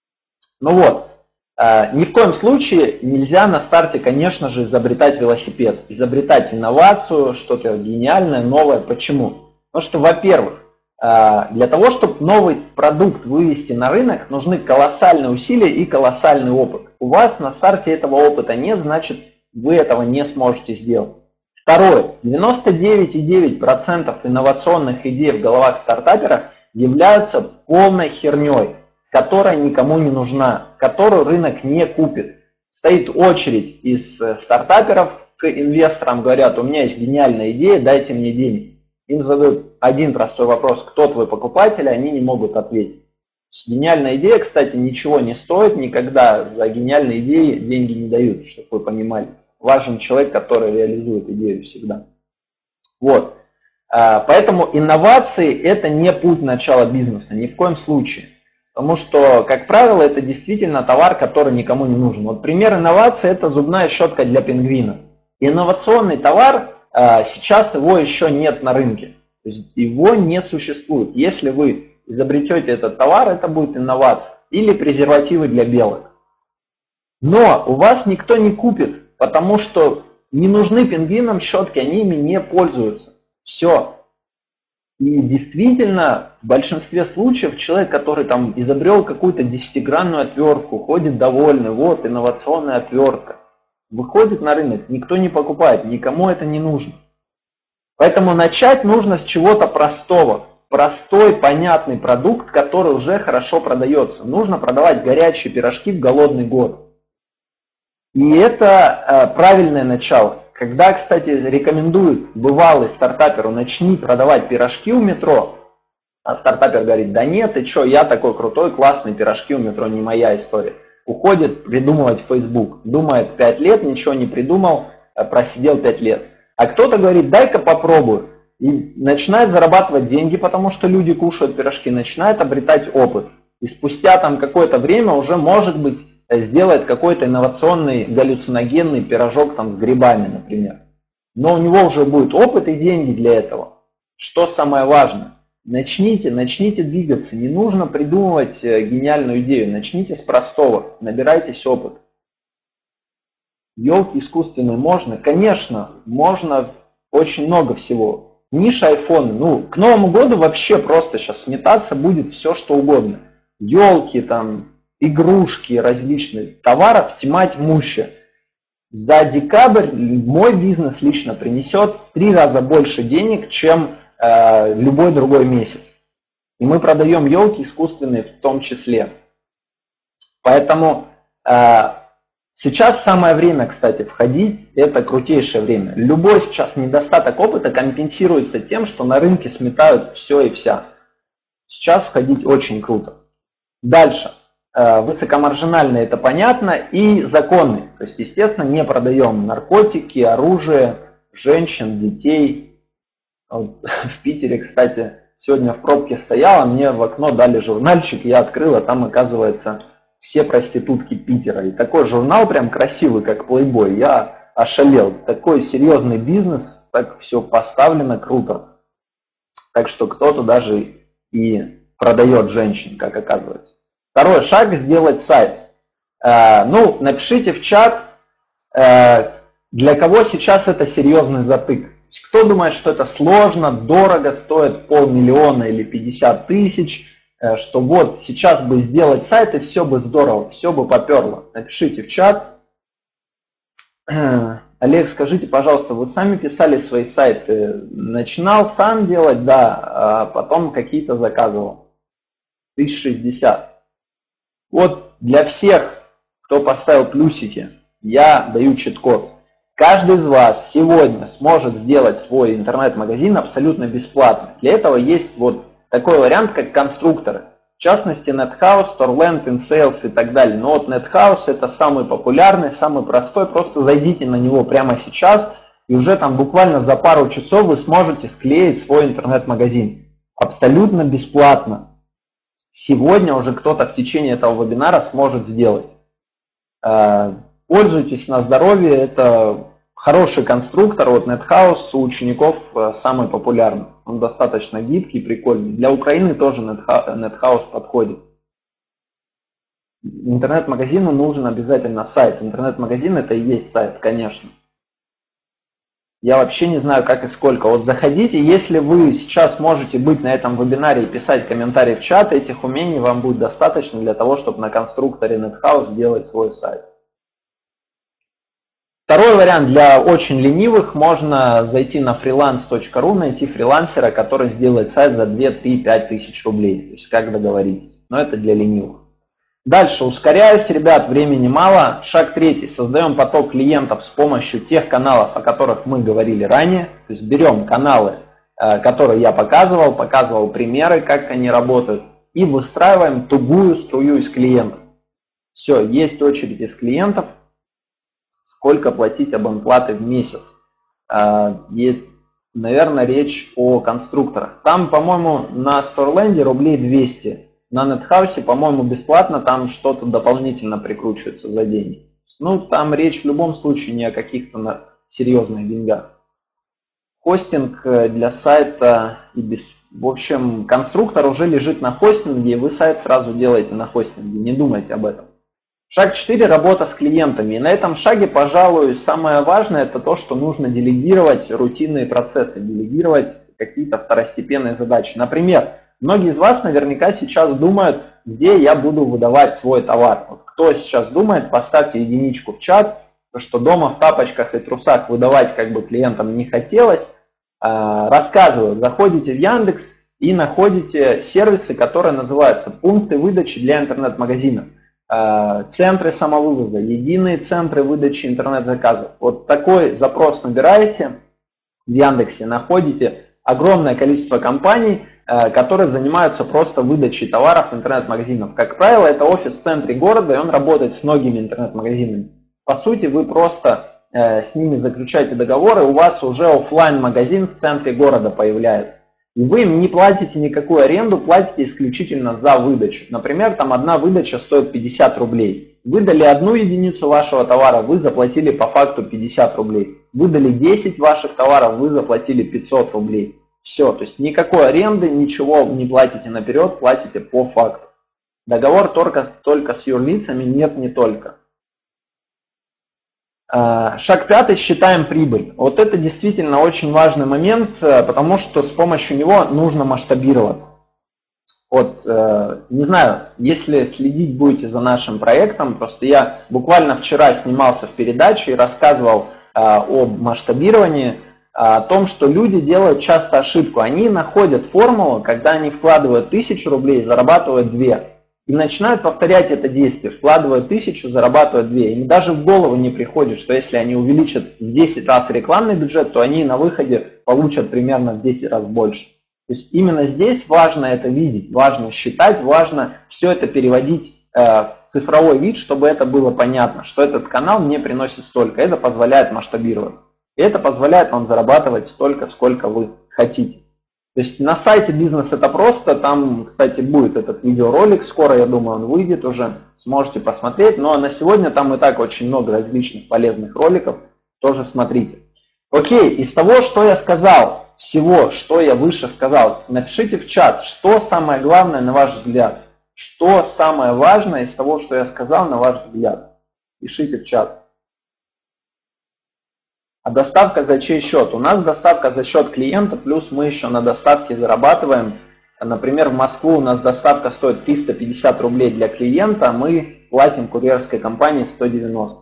Ни в коем случае нельзя на старте, конечно же, изобретать велосипед, изобретать инновацию, что-то гениальное, новое. Почему? Потому что, во-первых, для того, чтобы новый продукт вывести на рынок, нужны колоссальные усилия и колоссальный опыт. У вас на старте этого опыта нет, значит, вы этого не сможете сделать. Второе. 99,9% инновационных идей в головах стартаперов являются полной херней, которая никому не нужна, которую рынок не купит. Стоит очередь из стартаперов к инвесторам, говорят, у меня есть гениальная идея, дайте мне денег. Им задают один простой вопрос, кто твой покупатель, они не могут ответить. Гениальная идея, кстати, ничего не стоит, никогда за гениальные идеи деньги не дают, чтобы вы понимали. Важен человек, который реализует идею всегда. Поэтому инновации – это не путь начала бизнеса, ни в коем случае. Потому что, как правило, это действительно товар, который никому не нужен. Вот пример инновации – это зубная щетка для пингвина. Инновационный товар, сейчас его еще нет на рынке. То есть его не существует. Если вы изобретете этот товар, это будет инновация. Или презервативы для белок. Но у вас никто не купит, потому что Не нужны пингвинам щетки, они ими не пользуются. Все. И действительно, в большинстве случаев человек, который там изобрел какую-то 10-гранную отвертку, ходит довольный, вот инновационная отвертка, выходит на рынок, никто не покупает, никому это не нужно. Поэтому начать нужно с чего-то простого. Простой, понятный продукт, который уже хорошо продается. Нужно продавать горячие пирожки в голодный год. И это правильное начало. Когда, кстати, рекомендуют бывалый стартаперу начни продавать пирожки у метро, а стартапер говорит, да нет, ты что, я такой крутой, классный, пирожки у метро не моя история. Уходит придумывать Facebook. Думает 5 лет, ничего не придумал, просидел 5 лет. А кто-то говорит, дай-ка попробую. И начинает зарабатывать деньги, потому что люди кушают пирожки, начинает обретать опыт. И спустя там какое-то время уже, может быть, сделает какой-то инновационный галлюциногенный пирожок там с грибами, например. Но у него уже будет опыт и деньги для этого. Что самое важное? Начните двигаться. Не нужно придумывать гениальную идею. Начните с простого. Набирайтесь опыт. Елки искусственные можно? Конечно, можно очень много всего. Ниша айфона. Ну, к Новому году вообще просто сейчас сметаться будет все, что угодно. Елки, там, игрушки различные. Товаров тьма тьмущая. За декабрь мой бизнес лично принесет в 3 раза больше денег, чем любой другой месяц. И мы продаем елки искусственные в том числе. Поэтому сейчас самое время, кстати, входить, это крутейшее время. Любой сейчас недостаток опыта компенсируется тем, что на рынке сметают все и вся. Сейчас входить очень круто. Дальше. Высокомаржинальные, это понятно, и законные. То есть, естественно, не продаем наркотики, оружие, женщин, детей. Вот, в Питере, кстати, сегодня в пробке стояла, мне в окно дали журнальчик, я открыл, а там, оказывается, все проститутки Питера. И такой журнал прям красивый, как Playboy. Я ошалел. Такой серьезный бизнес, так все поставлено круто. Так что кто-то даже и продает женщин, как оказывается. Второй шаг – сделать сайт. Ну, напишите в чат, для кого сейчас это серьезный затык. Кто думает, что это сложно, дорого, стоит 500 000 или 50 000, что вот сейчас бы сделать сайт и все бы здорово, все бы поперло. Напишите в чат. Олег, скажите, пожалуйста, вы сами писали свои сайты? Начинал сам делать, да, а потом какие-то заказывал. 1060. Вот для всех, кто поставил плюсики, я даю чит-код. Каждый из вас сегодня сможет сделать свой интернет-магазин абсолютно бесплатно. Для этого есть вот такой вариант, как конструкторы. В частности, NetHouse, StoreLand, InSales и так далее. Но вот NetHouse это самый популярный, самый простой. Просто зайдите на него прямо сейчас, и уже там буквально за пару часов вы сможете склеить свой интернет-магазин. Абсолютно бесплатно. Сегодня уже кто-то в течение этого вебинара сможет сделать. Пользуйтесь на здоровье, это хороший конструктор, вот NetHouse у учеников самый популярный. Он достаточно гибкий, прикольный. Для Украины тоже NetHouse подходит. Интернет-магазину нужен обязательно сайт. Интернет-магазин это и есть сайт, конечно. Я вообще не знаю, как и сколько. Вот заходите, если вы сейчас можете быть на этом вебинаре и писать комментарии в чат, этих умений вам будет достаточно для того, чтобы на конструкторе NetHouse сделать свой сайт. Второй вариант для очень ленивых. Можно зайти на freelance.ru, найти фрилансера, который сделает сайт за 2, 3, 5 тысяч рублей. То есть как договоритесь. Но это для ленивых. Дальше ускоряюсь, ребят, времени мало. Шаг третий. Создаем поток клиентов с помощью тех каналов, о которых мы говорили ранее. То есть берем каналы, которые я показывал примеры, как они работают, и выстраиваем тугую струю из клиентов. Все, есть очередь из клиентов. Сколько платить абонплаты в месяц? И, наверное, речь о конструкторах. Там, по-моему, на StoreLand рублей 200. На NetHouse, по-моему, бесплатно, там что-то дополнительно прикручивается за деньги. Ну, там речь в любом случае не о каких-то серьезных деньгах. Хостинг для сайта и без... В общем, конструктор уже лежит на хостинге, и вы сайт сразу делаете на хостинге. Не думайте об этом. Шаг 4 – работа с клиентами. И на этом шаге, пожалуй, самое важное – это то, что нужно делегировать рутинные процессы, делегировать какие-то второстепенные задачи. Например, многие из вас наверняка сейчас думают, где я буду выдавать свой товар. Вот кто сейчас думает, поставьте единичку в чат, то что дома в тапочках и трусах выдавать как бы клиентам не хотелось. Рассказываю, заходите в Яндекс и находите сервисы, которые называются пункты выдачи для интернет-магазинов. Центры самовывоза, единые центры выдачи интернет-заказов. Вот такой запрос набираете в Яндексе, находите огромное количество компаний, которые занимаются просто выдачей товаров в интернет-магазинов. Как правило, это офис в центре города, и он работает с многими интернет-магазинами. По сути, вы просто с ними заключаете договоры, у вас уже офлайн-магазин в центре города появляется. И вы им не платите никакую аренду, платите исключительно за выдачу. Например, там одна выдача стоит 50 рублей. Выдали одну единицу вашего товара, вы заплатили по факту 50 рублей. Выдали 10 ваших товаров, вы заплатили 500 рублей. Все, то есть никакой аренды, ничего не платите наперед, платите по факту. Договор только с юрлицами, нет, не только. Шаг 5. Считаем прибыль. Вот это действительно очень важный момент, потому что с помощью него нужно масштабироваться. Вот, не знаю, если следить будете за нашим проектом, просто я буквально вчера снимался в передаче и рассказывал об масштабировании, о том, что люди делают часто ошибку. Они находят формулу, когда они вкладывают 1000 рублей, зарабатывают 2. И начинают повторять это действие, вкладывают 1000, зарабатывают 2. Им даже в голову не приходит, что если они увеличат в 10 раз рекламный бюджет, то они на выходе получат примерно в 10 раз больше. То есть именно здесь важно это видеть, важно считать, важно все это переводить в цифровой вид, чтобы это было понятно, что этот канал мне приносит столько. Это позволяет масштабироваться. И это позволяет вам зарабатывать столько, сколько вы хотите. То есть на сайте «Бизнес это просто», там, кстати, будет этот видеоролик, скоро, я думаю, он выйдет уже, сможете посмотреть. Но на сегодня там и так очень много различных полезных роликов, тоже смотрите. Окей, из того, что я сказал, всего, что я выше сказал, напишите в чат, что самое главное на ваш взгляд. Что самое важное из того, что я сказал, на ваш взгляд. Пишите в чат. А доставка за чей счет? У нас доставка за счет клиента, плюс мы еще на доставке зарабатываем. Например, в Москву у нас доставка стоит 350 рублей для клиента, а мы платим курьерской компании 190.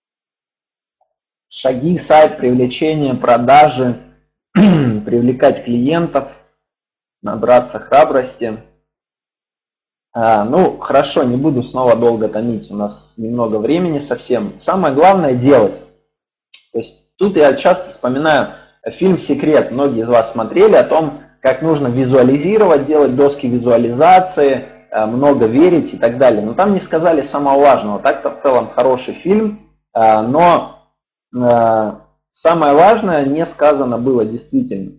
Шаги, сайт, привлечение, продажи, привлекать клиентов, набраться храбрости. Ну, хорошо, не буду снова долго томить, у нас немного времени совсем. Самое главное делать. То есть тут я часто вспоминаю фильм «Секрет». Многие из вас смотрели о том, как нужно визуализировать, делать доски визуализации, много верить и так далее. Но там не сказали самого важного. Так-то в целом хороший фильм, но самое важное не сказано было действительно.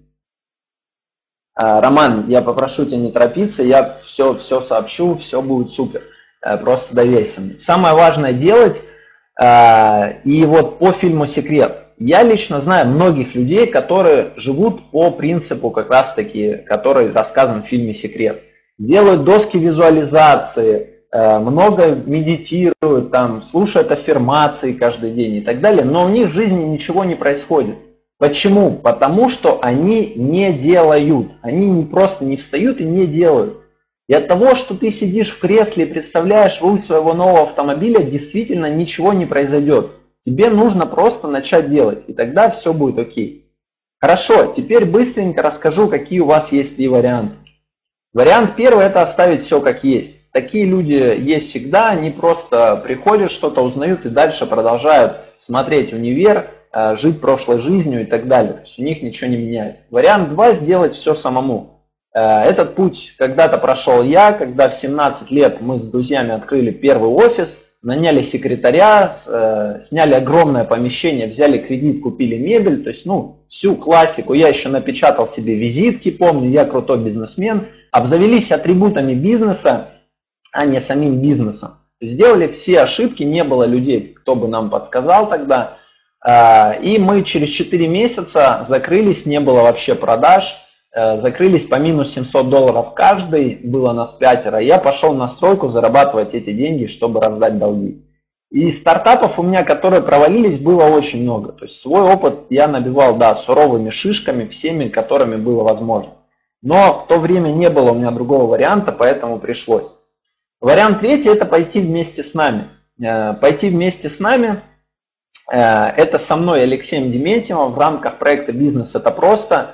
Роман, я попрошу тебя не торопиться, я все сообщу, все будет супер. Просто доверься мне. Самое важное делать, и вот по фильму «Секрет». Я лично знаю многих людей, которые живут по принципу как раз таки, который рассказан в фильме «Секрет». Делают доски визуализации, много медитируют, там, слушают аффирмации каждый день и так далее, но у них в жизни ничего не происходит. Почему? Потому что они не делают. Они просто не встают и не делают. И от того, что ты сидишь в кресле и представляешь руль своего нового автомобиля, действительно ничего не произойдет. Тебе нужно просто начать делать, и тогда все будет окей. Хорошо, теперь быстренько расскажу, какие у вас есть 3 варианта. Вариант первый – это оставить все как есть. Такие люди есть всегда, они просто приходят, что-то узнают и дальше продолжают смотреть «Универ», жить прошлой жизнью и так далее. То есть у них ничего не меняется. Вариант 2 – сделать все самому. Этот путь когда-то прошел я, когда в 17 лет мы с друзьями открыли первый офис, наняли секретаря, сняли огромное помещение, взяли кредит, купили мебель, то есть, всю классику. Я еще напечатал себе визитки, помню, я крутой бизнесмен. Обзавелись атрибутами бизнеса, а не самим бизнесом. Сделали все ошибки, не было людей, кто бы нам подсказал тогда. И мы через 4 месяца закрылись, не было вообще продаж. Закрылись по минус $700 каждый, было нас 5. Я пошел на стройку зарабатывать эти деньги, чтобы раздать долги. И стартапов у меня, которые провалились, было очень много. То есть свой опыт я набивал, да, суровыми шишками, всеми, которыми было возможно. Но в то время не было у меня другого варианта, поэтому пришлось. Вариант третий – это пойти вместе с нами. Пойти вместе с нами – это со мной Алексеем Дементьевым в рамках проекта «Бизнес – это просто»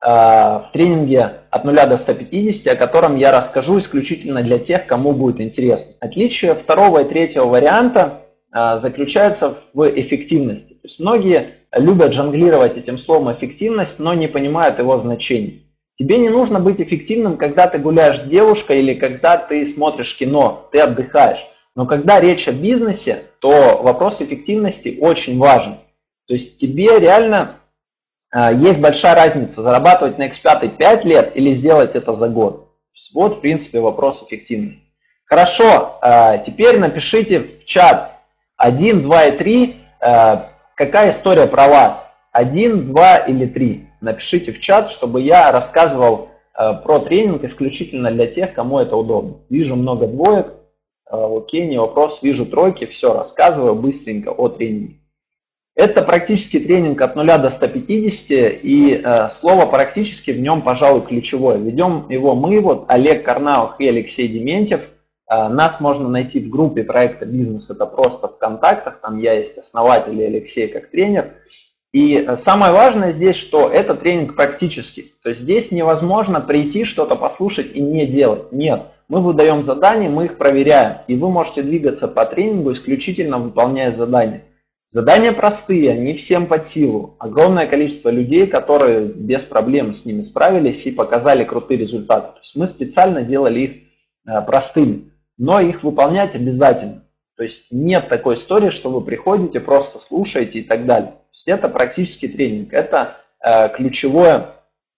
в тренинге от 0 до 150, о котором я расскажу исключительно для тех, кому будет интересно. Отличие второго и третьего варианта заключается в эффективности. То есть многие любят жонглировать этим словом «эффективность», но не понимают его значения. Тебе не нужно быть эффективным, когда ты гуляешь с девушкой или когда ты смотришь кино, ты отдыхаешь. Но когда речь о бизнесе, то вопрос эффективности очень важен. То есть тебе реально есть большая разница, зарабатывать на X5 5 лет или сделать это за год. Вот, в принципе, вопрос эффективности. Хорошо, теперь напишите в чат 1, 2 и 3, какая история про вас. 1, 2 или 3. Напишите в чат, чтобы я рассказывал про тренинг исключительно для тех, кому это удобно. Вижу много двоек, окей, не вопрос, вижу тройки, все, рассказываю быстренько о тренинге. Это практически тренинг от 0 до 150, и слово «практически» в нем, пожалуй, ключевое. Ведем его мы, вот Олег Карнаух и Алексей Дементьев. Нас можно найти в группе проекта «Бизнес» это просто в контактах, там я есть основатель и Алексей как тренер. И самое важное здесь, что это тренинг практический. То есть здесь невозможно прийти, что-то послушать и не делать. Нет, мы выдаем задания, мы их проверяем, и вы можете двигаться по тренингу, исключительно выполняя задания. Задания простые, не всем под силу. Огромное количество людей, которые без проблем с ними справились и показали крутые результаты. То есть мы специально делали их простыми, но их выполнять обязательно. То есть нет такой истории, что вы приходите, просто слушаете и так далее. То есть это практический тренинг. Это ключевое,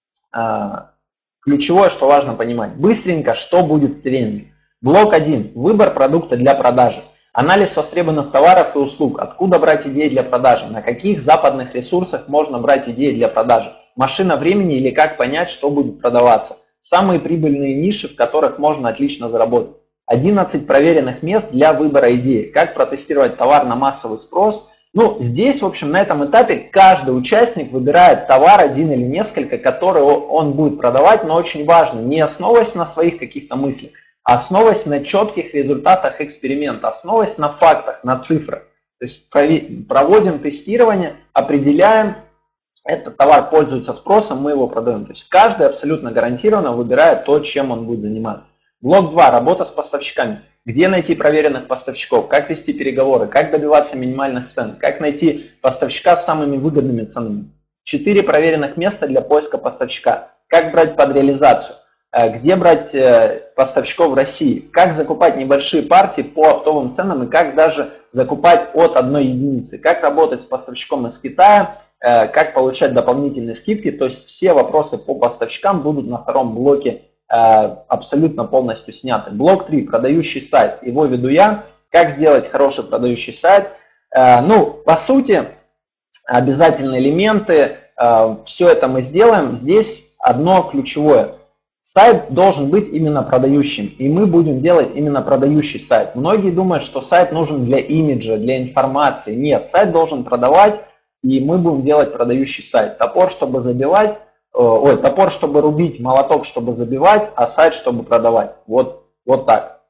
что важно понимать. Быстренько, что будет в тренинге. Блок 1. Выбор продукта для продажи. Анализ востребованных товаров и услуг. Откуда брать идеи для продажи? На каких западных ресурсах можно брать идеи для продажи? Машина времени или как понять, что будет продаваться? Самые прибыльные ниши, в которых можно отлично заработать. 11 проверенных мест для выбора идеи. Как протестировать товар на массовый спрос? Ну, здесь, в общем, на этом этапе каждый участник выбирает товар, один или несколько, который он будет продавать, но очень важно, не основываясь на своих каких-то мыслях, а основываясь на четких результатах эксперимента, основываясь на фактах, на цифрах. То есть проводим тестирование, определяем, этот товар пользуется спросом, мы его продаем. То есть каждый абсолютно гарантированно выбирает то, чем он будет заниматься. Блок 2. Работа с поставщиками. Где найти проверенных поставщиков, как вести переговоры, как добиваться минимальных цен, как найти поставщика с самыми выгодными ценами. 4 проверенных места для поиска поставщика. Как брать под реализацию, где брать поставщиков в России, как закупать небольшие партии по оптовым ценам и как даже закупать от 1 единицы, как работать с поставщиком из Китая, как получать дополнительные скидки. То есть все вопросы по поставщикам будут на втором блоке абсолютно полностью сняты. Блок 3. Продающий сайт. Его веду я. Как сделать хороший продающий сайт? Ну, по сути, обязательные элементы. Все это мы сделаем. Здесь одно ключевое. Сайт должен быть именно продающим. И мы будем делать именно продающий сайт. Многие думают, что сайт нужен для имиджа, для информации. Нет, сайт должен продавать. И мы будем делать продающий сайт. Топор, чтобы забивать. Топор, чтобы рубить, молоток, чтобы забивать, а сайт, чтобы продавать. Вот так.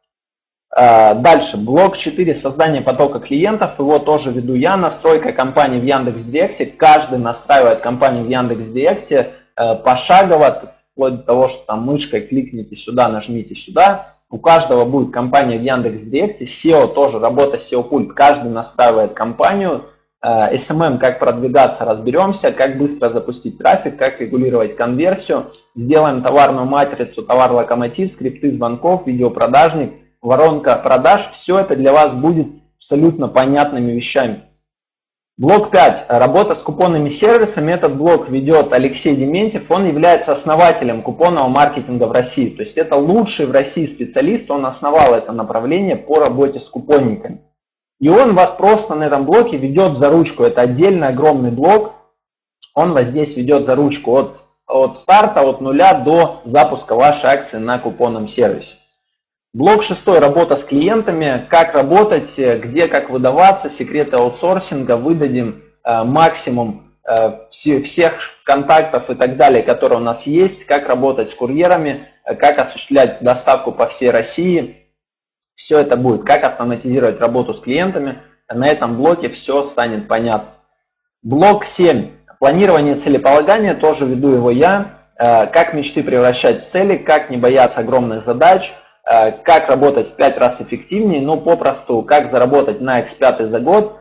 Дальше. Блок 4. Создание потока клиентов. Его тоже веду я. Настройка компании в Яндекс.Директе. Каждый настраивает компанию в Яндекс.Директе пошагово, вплоть до того, что там мышкой кликните сюда, нажмите сюда. У каждого будет компания в Яндекс.Директе. SEO тоже, работа SEO-пульт. Каждый настраивает компанию. SMM, как продвигаться, разберемся, как быстро запустить трафик, как регулировать конверсию. Сделаем товарную матрицу, товар-локомотив, скрипты звонков, видеопродажник, воронка продаж. Все это для вас будет абсолютно понятными вещами. Блок 5. Работа с купонными сервисами. Этот блок ведет Алексей Дементьев. Он является основателем купонного маркетинга в России. То есть это лучший в России специалист. Он основал это направление по работе с купонниками. И он вас просто на этом блоке ведет за ручку. Это отдельный огромный блок. Он вас здесь ведет за ручку от старта, от нуля до запуска вашей акции на купонном сервисе. Блок 6. Работа с клиентами. Как работать, где, как выдаваться, секреты аутсорсинга, выдадим максимум всех контактов и так далее, которые у нас есть, как работать с курьерами, как осуществлять доставку по всей России. Все это будет, как автоматизировать работу с клиентами. На этом блоке все станет понятно. Блок 7. Планирование целеполагания, тоже веду его я. Как мечты превращать в цели, как не бояться огромных задач, как работать в 5 раз эффективнее, ну попросту, как заработать на X5 за год,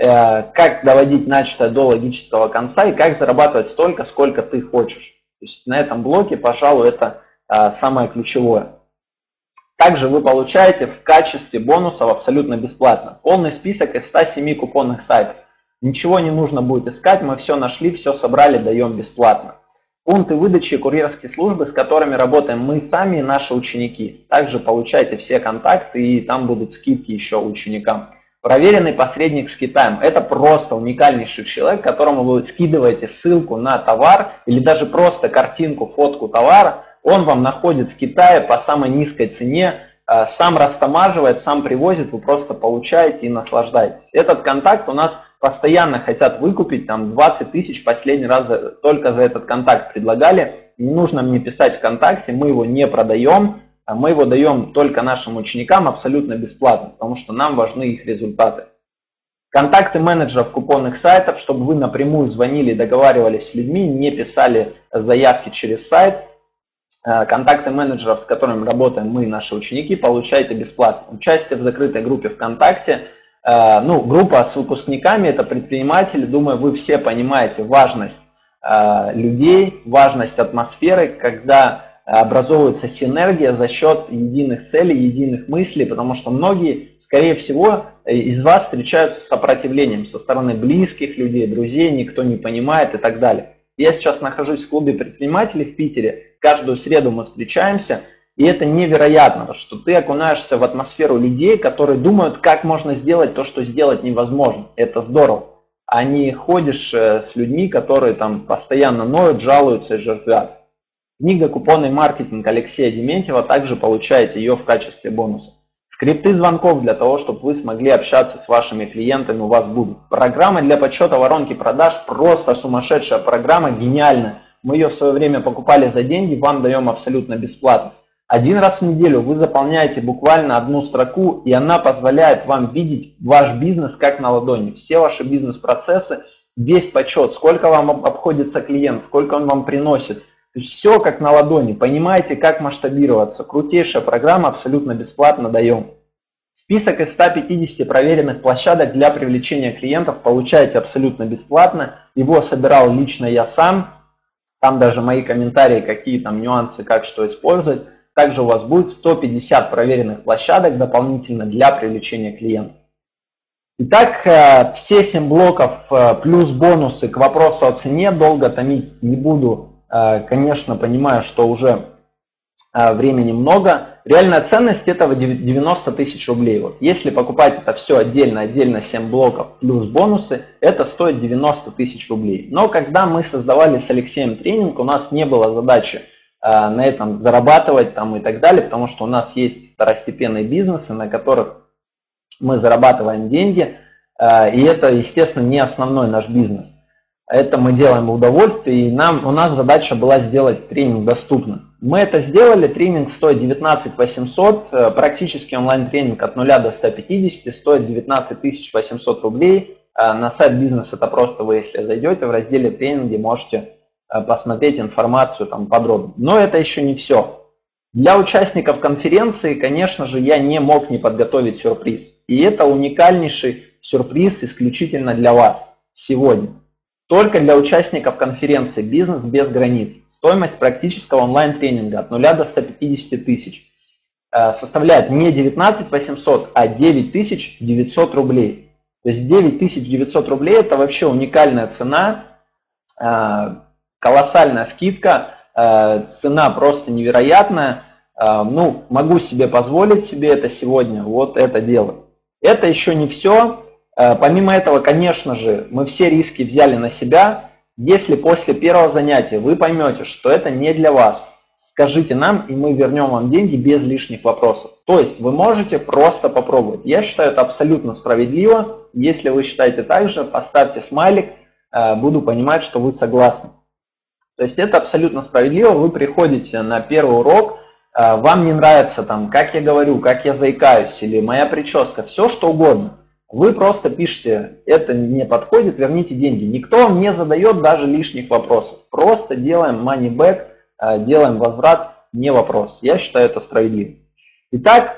как доводить начатое до логического конца и как зарабатывать столько, сколько ты хочешь. То есть на этом блоке, пожалуй, это самое ключевое. Также вы получаете в качестве бонусов абсолютно бесплатно полный список из 107 купонных сайтов. Ничего не нужно будет искать, мы все нашли, все собрали, даем бесплатно. Пункты выдачи курьерские службы, с которыми работаем мы сами и наши ученики. Также получайте все контакты, и там будут скидки еще ученикам. Проверенный посредник с Китаем. Это просто уникальнейший человек, которому вы скидываете ссылку на товар или даже просто картинку, фотку товара. Он вам находит в Китае по самой низкой цене, сам растамаживает, сам привозит, вы просто получаете и наслаждаетесь. Этот контакт у нас постоянно хотят выкупить, там 20 тысяч последний раз только за этот контакт предлагали. Не нужно мне писать ВКонтакте, мы его не продаем, мы его даем только нашим ученикам абсолютно бесплатно, потому что нам важны их результаты. Контакты менеджеров купонных сайтов, чтобы вы напрямую звонили и договаривались с людьми, не писали заявки через сайт. Контакты менеджеров, с которыми работаем мы и наши ученики, получаете бесплатно. Участие в закрытой группе ВКонтакте. Группа с выпускниками, это предприниматели. Думаю, вы все понимаете важность людей, важность атмосферы, когда образовывается синергия за счет единых целей, единых мыслей, потому что многие, скорее всего, из вас встречаются с сопротивлением со стороны близких людей, друзей, никто не понимает и так далее. Я сейчас нахожусь в клубе предпринимателей в Питере, каждую среду мы встречаемся, и это невероятно, что ты окунаешься в атмосферу людей, которые думают, как можно сделать то, что сделать невозможно. Это здорово. А не ходишь с людьми, которые там постоянно ноют, жалуются и жертвят. Книга «Купонный маркетинг» Алексея Дементьева, также получаете ее в качестве бонуса. Скрипты звонков для того, чтобы вы смогли общаться с вашими клиентами, у вас будут. Программа для подсчета воронки продаж, просто сумасшедшая программа, гениальная. Мы ее в свое время покупали за деньги, вам даем абсолютно бесплатно. Один раз в неделю вы заполняете буквально одну строку, и она позволяет вам видеть ваш бизнес как на ладони. Все ваши бизнес-процессы, весь подсчет, сколько вам обходится клиент, сколько он вам приносит. То есть все как на ладони, понимаете, как масштабироваться. Крутейшая программа, абсолютно бесплатно даем. Список из 150 проверенных площадок для привлечения клиентов получаете абсолютно бесплатно. Его собирал лично я сам. Там даже мои комментарии, какие там нюансы, как что использовать. Также у вас будет 150 проверенных площадок дополнительно для привлечения клиентов. Итак, все 7 блоков плюс бонусы к вопросу о цене. Долго томить не буду. Конечно, понимаю, что уже времени много. Реальная ценность этого 90 тысяч рублей. Вот. Если покупать это все отдельно 7 блоков плюс бонусы, это стоит 90 тысяч рублей. Но когда мы создавали с Алексеем тренинг, у нас не было задачи на этом зарабатывать там, и так далее, потому что у нас есть второстепенные бизнесы, на которых мы зарабатываем деньги, и это, естественно, не основной наш бизнес. Это мы делаем в удовольствие, и у нас задача была сделать тренинг доступным. Мы это сделали, тренинг стоит 19 800, практически онлайн-тренинг от 0 до 150 стоит 19 800 рублей. На сайт «Бизнес» это просто вы, если зайдете в разделе «Тренинги», можете посмотреть информацию там подробно. Но это еще не все. Для участников конференции, конечно же, я не мог не подготовить сюрприз. И это уникальнейший сюрприз исключительно для вас сегодня. Только для участников конференции «Бизнес без границ». Стоимость практического онлайн-тренинга от 0 до 150 тысяч составляет не 19 800, а 9 900 рублей. То есть 9 900 рублей – это вообще уникальная цена, колоссальная скидка, цена просто невероятная. Могу себе позволить себе это сегодня, вот это делать. Это еще не все. Помимо этого, конечно же, мы все риски взяли на себя. Если после первого занятия вы поймете, что это не для вас, скажите нам, и мы вернем вам деньги без лишних вопросов. То есть вы можете просто попробовать. Я считаю, это абсолютно справедливо. Если вы считаете так же, поставьте смайлик, буду понимать, что вы согласны. То есть это абсолютно справедливо. Вы приходите на первый урок, вам не нравится, там, как я говорю, как я заикаюсь, или моя прическа, все что угодно. Вы просто пишите, это не подходит, верните деньги. Никто вам не задает даже лишних вопросов. Просто делаем money back, делаем возврат, не вопрос. Я считаю это справедливо. Итак,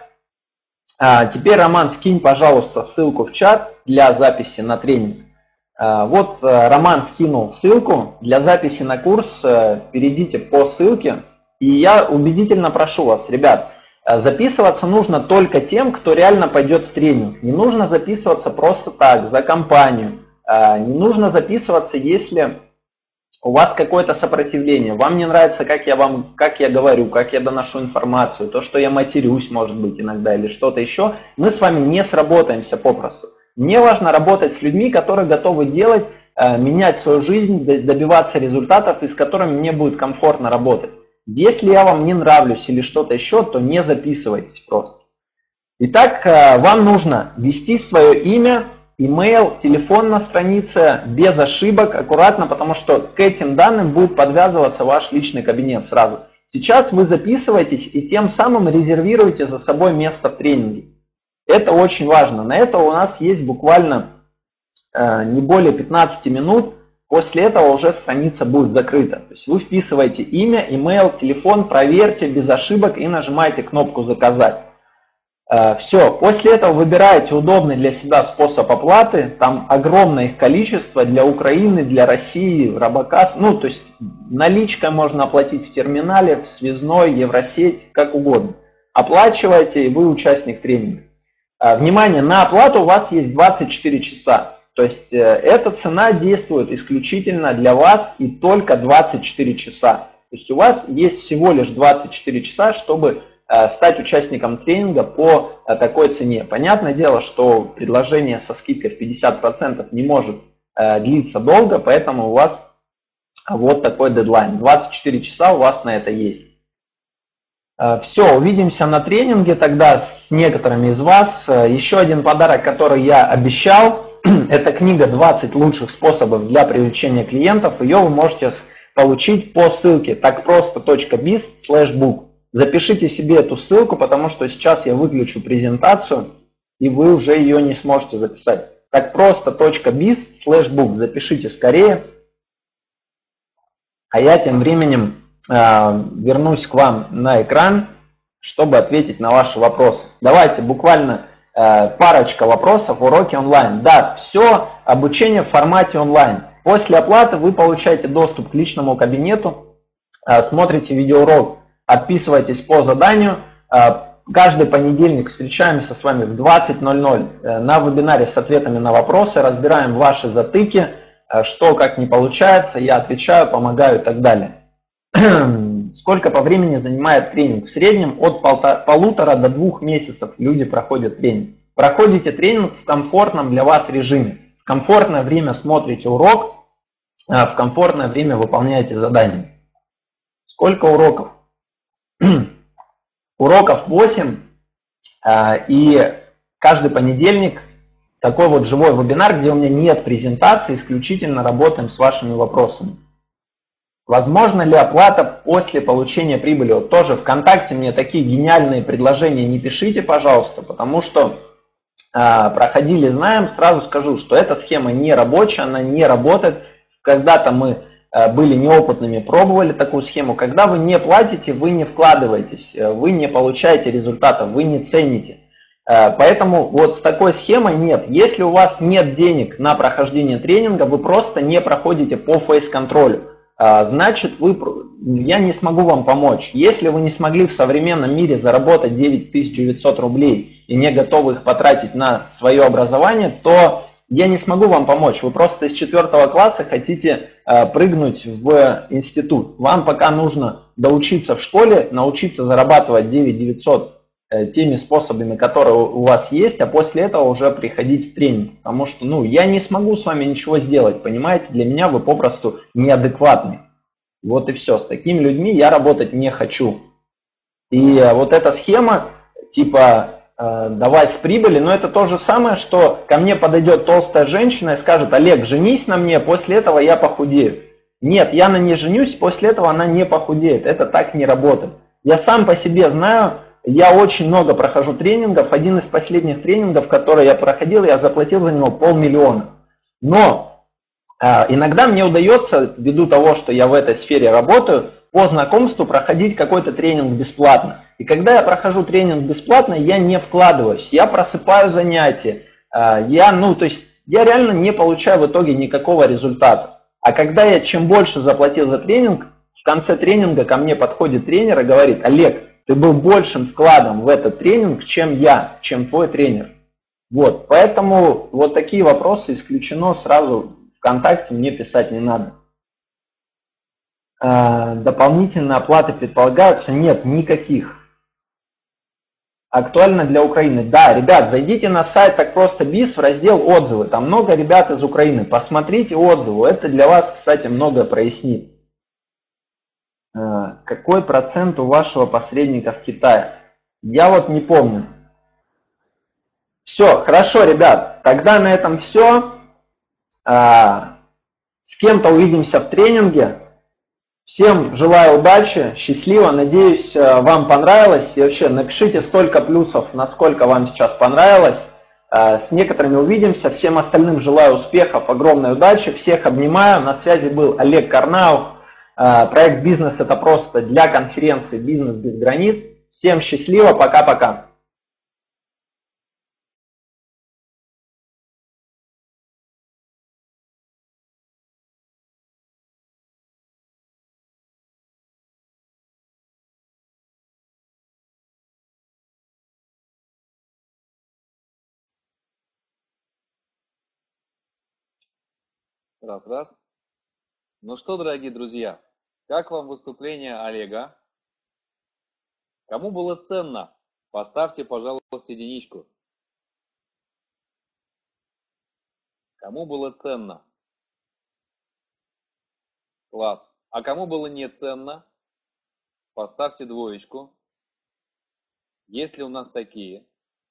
теперь, Роман, скинь, пожалуйста, ссылку в чат для записи на тренинг. Вот Роман скинул ссылку для записи на курс. Перейдите по ссылке. И я убедительно прошу вас, ребят, записываться нужно только тем, кто реально пойдет в тренинг. Не нужно записываться просто так, за компанию. Не нужно записываться, если у вас какое-то сопротивление. Вам не нравится, как я говорю, как я доношу информацию, то, что я матерюсь, может быть, иногда, или что-то еще. Мы с вами не сработаемся попросту. Мне важно работать с людьми, которые готовы делать, менять свою жизнь, добиваться результатов, и с которыми мне будет комфортно работать. Если я вам не нравлюсь или что-то еще, то не записывайтесь просто. Итак, вам нужно ввести свое имя, email, телефон на странице, без ошибок, аккуратно, потому что к этим данным будет подвязываться ваш личный кабинет сразу. Сейчас вы записываетесь и тем самым резервируете за собой место в тренинге. Это очень важно. На это у нас есть буквально не более 15 минут. После этого уже страница будет закрыта. То есть вы вписываете имя, email, телефон, проверьте без ошибок и нажимаете кнопку «Заказать». Все, после этого выбираете удобный для себя способ оплаты. Там огромное их количество для Украины, для России, Робокас. Ну, то есть наличкой можно оплатить в терминале, в связной, Евросеть, как угодно. Оплачиваете, и вы участник тренинга. Внимание, на оплату у вас есть 24 часа. То есть эта цена действует исключительно для вас и только 24 часа. То есть у вас есть всего лишь 24 часа, чтобы стать участником тренинга по такой цене. Понятное дело, что предложение со скидкой в 50% не может длиться долго, поэтому у вас вот такой дедлайн. 24 часа у вас на это есть. Все, увидимся на тренинге тогда с некоторыми из вас. Еще один подарок, который я обещал. Это книга «20 лучших способов для привлечения клиентов». Ее вы можете получить по ссылке takprosto.biz/book. Запишите себе эту ссылку, потому что сейчас я выключу презентацию, и вы уже ее не сможете записать. takprosto.biz/book. Запишите скорее. А я тем временем вернусь к вам на экран, чтобы ответить на ваши вопросы. Давайте буквально парочка вопросов. Уроки онлайн. Да, все обучение в формате онлайн. После оплаты вы получаете доступ к личному кабинету, смотрите видеоурок, отписывайтесь по заданию. Каждый понедельник встречаемся с вами в 20:00 на вебинаре с ответами на вопросы, разбираем ваши затыки, что как не получается, я отвечаю, помогаю и так далее. Сколько по времени занимает тренинг? В среднем от 1,5 до 2 месяцев люди проходят тренинг. Проходите тренинг в комфортном для вас режиме. В комфортное время смотрите урок, в комфортное время выполняете задания. Сколько уроков? Уроков 8, и каждый понедельник такой вот живой вебинар, где у меня нет презентации, исключительно работаем с вашими вопросами. Возможно ли оплата после получения прибыли? Вот тоже ВКонтакте мне такие гениальные предложения не пишите, пожалуйста, потому что проходили, знаем, сразу скажу, что эта схема не рабочая, она не работает. Когда-то мы были неопытными, пробовали такую схему. Когда вы не платите, вы не вкладываетесь, вы не получаете результатов, вы не цените. Поэтому вот с такой схемой нет. Если у вас нет денег на прохождение тренинга, вы просто не проходите по фейс-контролю. Значит, я не смогу вам помочь. Если вы не смогли в современном мире заработать 9900 рублей и не готовы их потратить на свое образование, то я не смогу вам помочь. Вы просто из 4 класса хотите прыгнуть в институт. Вам пока нужно доучиться в школе, научиться зарабатывать 9900 теми способами, которые у вас есть, а после этого уже приходить в тренинг. Потому что я не смогу с вами ничего сделать, понимаете? Для меня вы попросту неадекватны. Вот и все. С такими людьми я работать не хочу. И вот эта схема, типа, давай с прибыли, но это то же самое, что ко мне подойдет толстая женщина и скажет: Олег, женись на мне, после этого я похудею. Нет, я на ней женюсь, после этого она не похудеет. Это так не работает. Я сам по себе знаю, я очень много прохожу тренингов. Один из последних тренингов, который я проходил, я заплатил за него 500 000. Но иногда мне удается, ввиду того, что я в этой сфере работаю, по знакомству проходить какой-то тренинг бесплатно. И когда я прохожу тренинг бесплатно, я не вкладываюсь, я просыпаю занятия, я реально не получаю в итоге никакого результата. А когда я чем больше заплатил за тренинг, в конце тренинга ко мне подходит тренер и говорит: Олег, ты был большим вкладом в этот тренинг, чем я, чем твой тренер. Вот, поэтому вот такие вопросы исключено сразу. ВКонтакте мне писать не надо. Дополнительные оплаты предполагаются? Нет, никаких. Актуально для Украины? Да, ребят, зайдите на сайт так просто биз в раздел отзывы. Там много ребят из Украины. Посмотрите отзывы. Это для вас, кстати, многое прояснит. Какой процент у вашего посредника в Китае? Я вот не помню. Все, хорошо, ребят. Тогда на этом все. С кем-то увидимся в тренинге. Всем желаю удачи, счастливо, надеюсь, вам понравилось. И вообще напишите столько плюсов, насколько вам сейчас понравилось. С некоторыми увидимся. Всем остальным желаю успехов, огромной удачи. Всех обнимаю. На связи был Олег Карнаух. Проект «Бизнес – это просто» для конференции «Бизнес без границ». Всем счастливо, пока-пока. Раз, раз. Ну что, дорогие друзья, как вам выступление Олега? Кому было ценно? Поставьте, пожалуйста, единичку. Кому было ценно? Класс. А кому было не ценно? Поставьте двоечку. Есть ли у нас такие?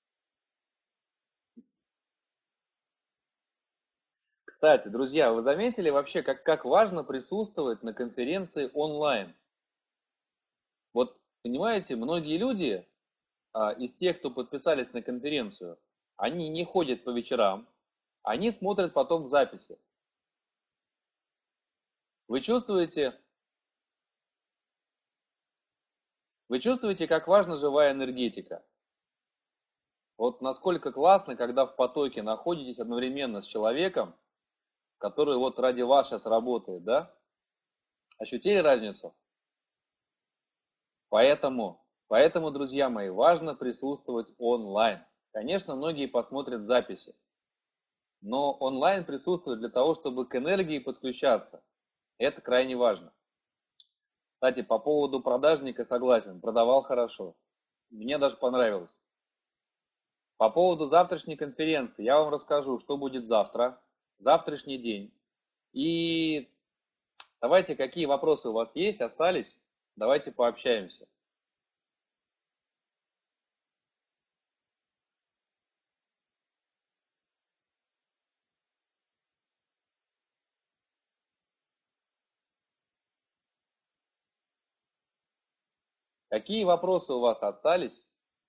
Кстати, друзья, вы заметили вообще, как важно присутствовать на конференции онлайн? Вот, понимаете, многие люди из тех, кто подписались на конференцию, они не ходят по вечерам, они смотрят потом в записи. Вы чувствуете, вы чувствуете, как важна живая энергетика? Вот насколько классно, когда в потоке находитесь одновременно с человеком, который вот ради вас сейчас работает, да? Ощутили разницу? Поэтому, друзья мои, важно присутствовать онлайн. Конечно, многие посмотрят записи, но онлайн присутствует для того, чтобы к энергии подключаться. Это крайне важно. Кстати, по поводу продажника согласен, продавал хорошо. Мне даже понравилось. По поводу завтрашней конференции я вам расскажу, что будет завтра, завтрашний день. И давайте, какие вопросы у вас есть, остались, давайте пообщаемся. Какие вопросы у вас остались?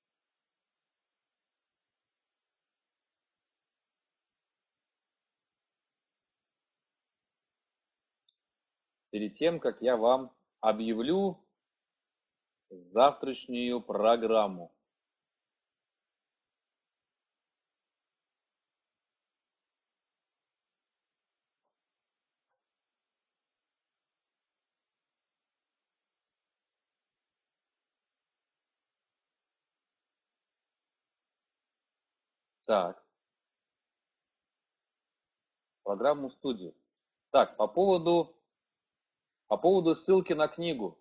Перед тем, как я вам объявлю завтрашнюю программу. Так, программу в студию. Так, по поводу ссылки на книгу.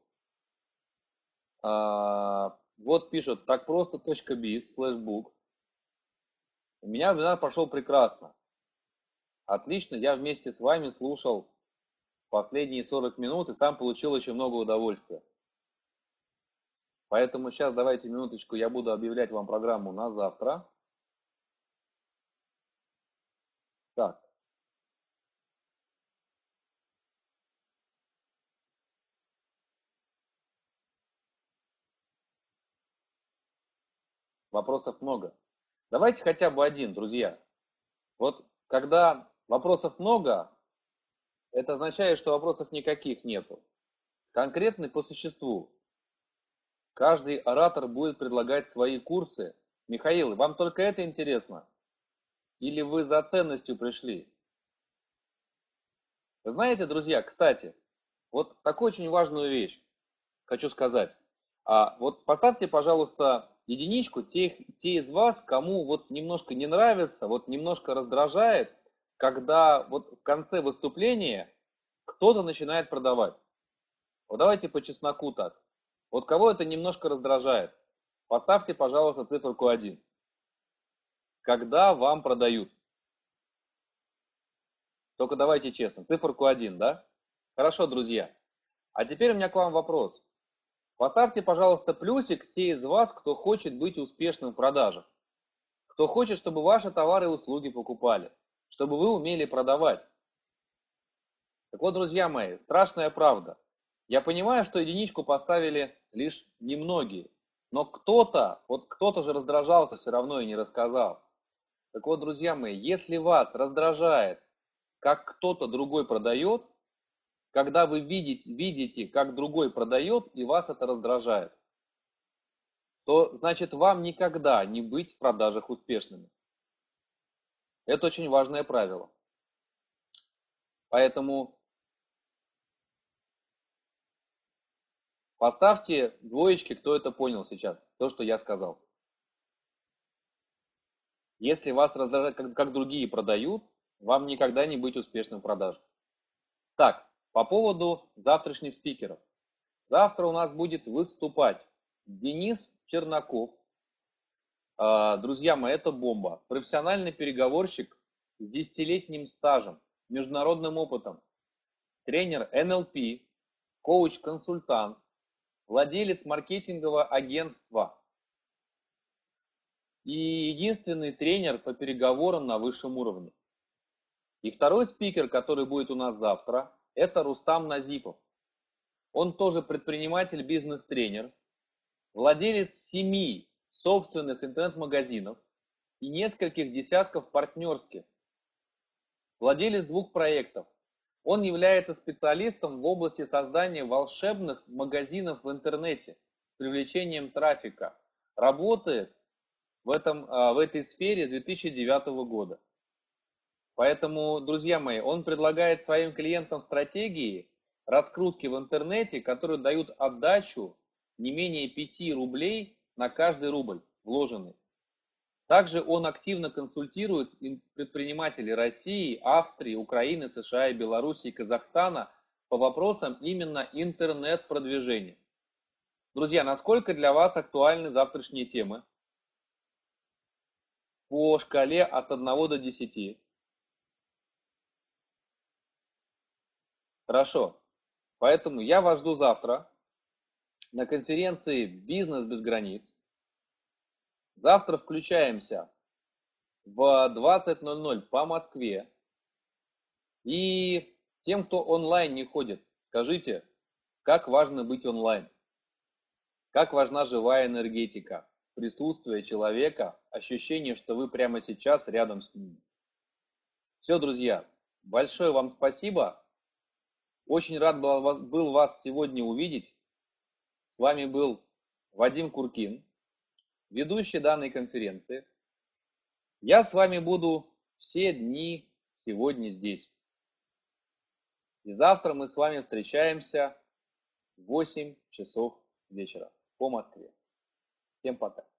Вот пишут так просто.biz/book. У меня вебинар прошел прекрасно. Отлично, я вместе с вами слушал последние 40 минут и сам получил очень много удовольствия. Поэтому сейчас давайте минуточку, я буду объявлять вам программу на завтра. Так. Вопросов много. Давайте хотя бы один, друзья. Вот когда вопросов много, это означает, что вопросов никаких нету. Конкретный по существу. Каждый оратор будет предлагать свои курсы. Михаил, вам только это интересно? Или вы за ценностью пришли? Вы знаете, друзья, кстати, вот такую очень важную вещь хочу сказать. Вот поставьте, пожалуйста, единичку те из вас, кому вот немножко не нравится, вот немножко раздражает, когда вот в конце выступления кто-то начинает продавать. Вот давайте по чесноку так. Вот кого это немножко раздражает, поставьте, пожалуйста, циферку 1. Когда вам продают. Только давайте честно, циферку 1, да? Хорошо, друзья. А теперь у меня к вам вопрос. Поставьте, пожалуйста, плюсик те из вас, кто хочет быть успешным в продажах. Кто хочет, чтобы ваши товары и услуги покупали. Чтобы вы умели продавать. Так вот, друзья мои, страшная правда. Я понимаю, что единичку поставили лишь немногие. Но кто-то же раздражался все равно и не рассказал. Так вот, друзья мои, если вас раздражает, как кто-то другой продает, когда вы видите, как другой продает, и вас это раздражает, то значит вам никогда не быть в продажах успешными. Это очень важное правило. Поэтому поставьте двоечки, кто это понял сейчас, то, что я сказал. Если вас раздражает, как другие продают, вам никогда не быть успешным в продажах. Так, по поводу завтрашних спикеров. Завтра у нас будет выступать Денис Чернаков. Друзья мои, это бомба. Профессиональный переговорщик с 10-летним стажем, международным опытом. Тренер НЛП, коуч-консультант, владелец маркетингового агентства и единственный тренер по переговорам на высшем уровне. И второй спикер, который будет у нас завтра, это Рустам Назипов. Он тоже предприниматель, бизнес-тренер, владелец 7 собственных интернет-магазинов и нескольких десятков партнерских, владелец 2 проектов. Он является специалистом в области создания волшебных магазинов в интернете с привлечением трафика. Работает в этой сфере с 2009 года. Поэтому, друзья мои, он предлагает своим клиентам стратегии раскрутки в интернете, которые дают отдачу не менее 5 рублей на каждый рубль вложенный. Также он активно консультирует предпринимателей России, Австрии, Украины, США, Белоруссии, Казахстана по вопросам именно интернет-продвижения. Друзья, насколько для вас актуальны завтрашние темы? По шкале от 1 до 10. Хорошо. Поэтому я вас жду завтра на конференции «Бизнес без границ». Завтра включаемся в 20:00 по Москве. И тем, кто онлайн не ходит, скажите, как важно быть онлайн, как важна живая энергетика, присутствие человека, ощущение, что вы прямо сейчас рядом с ним. Все, друзья, большое вам спасибо. Очень рад был вас сегодня увидеть. С вами был Вадим Куркин, ведущий данной конференции. Я с вами буду все дни сегодня здесь. И завтра мы с вами встречаемся в 8 часов вечера по Москве. Всем пока.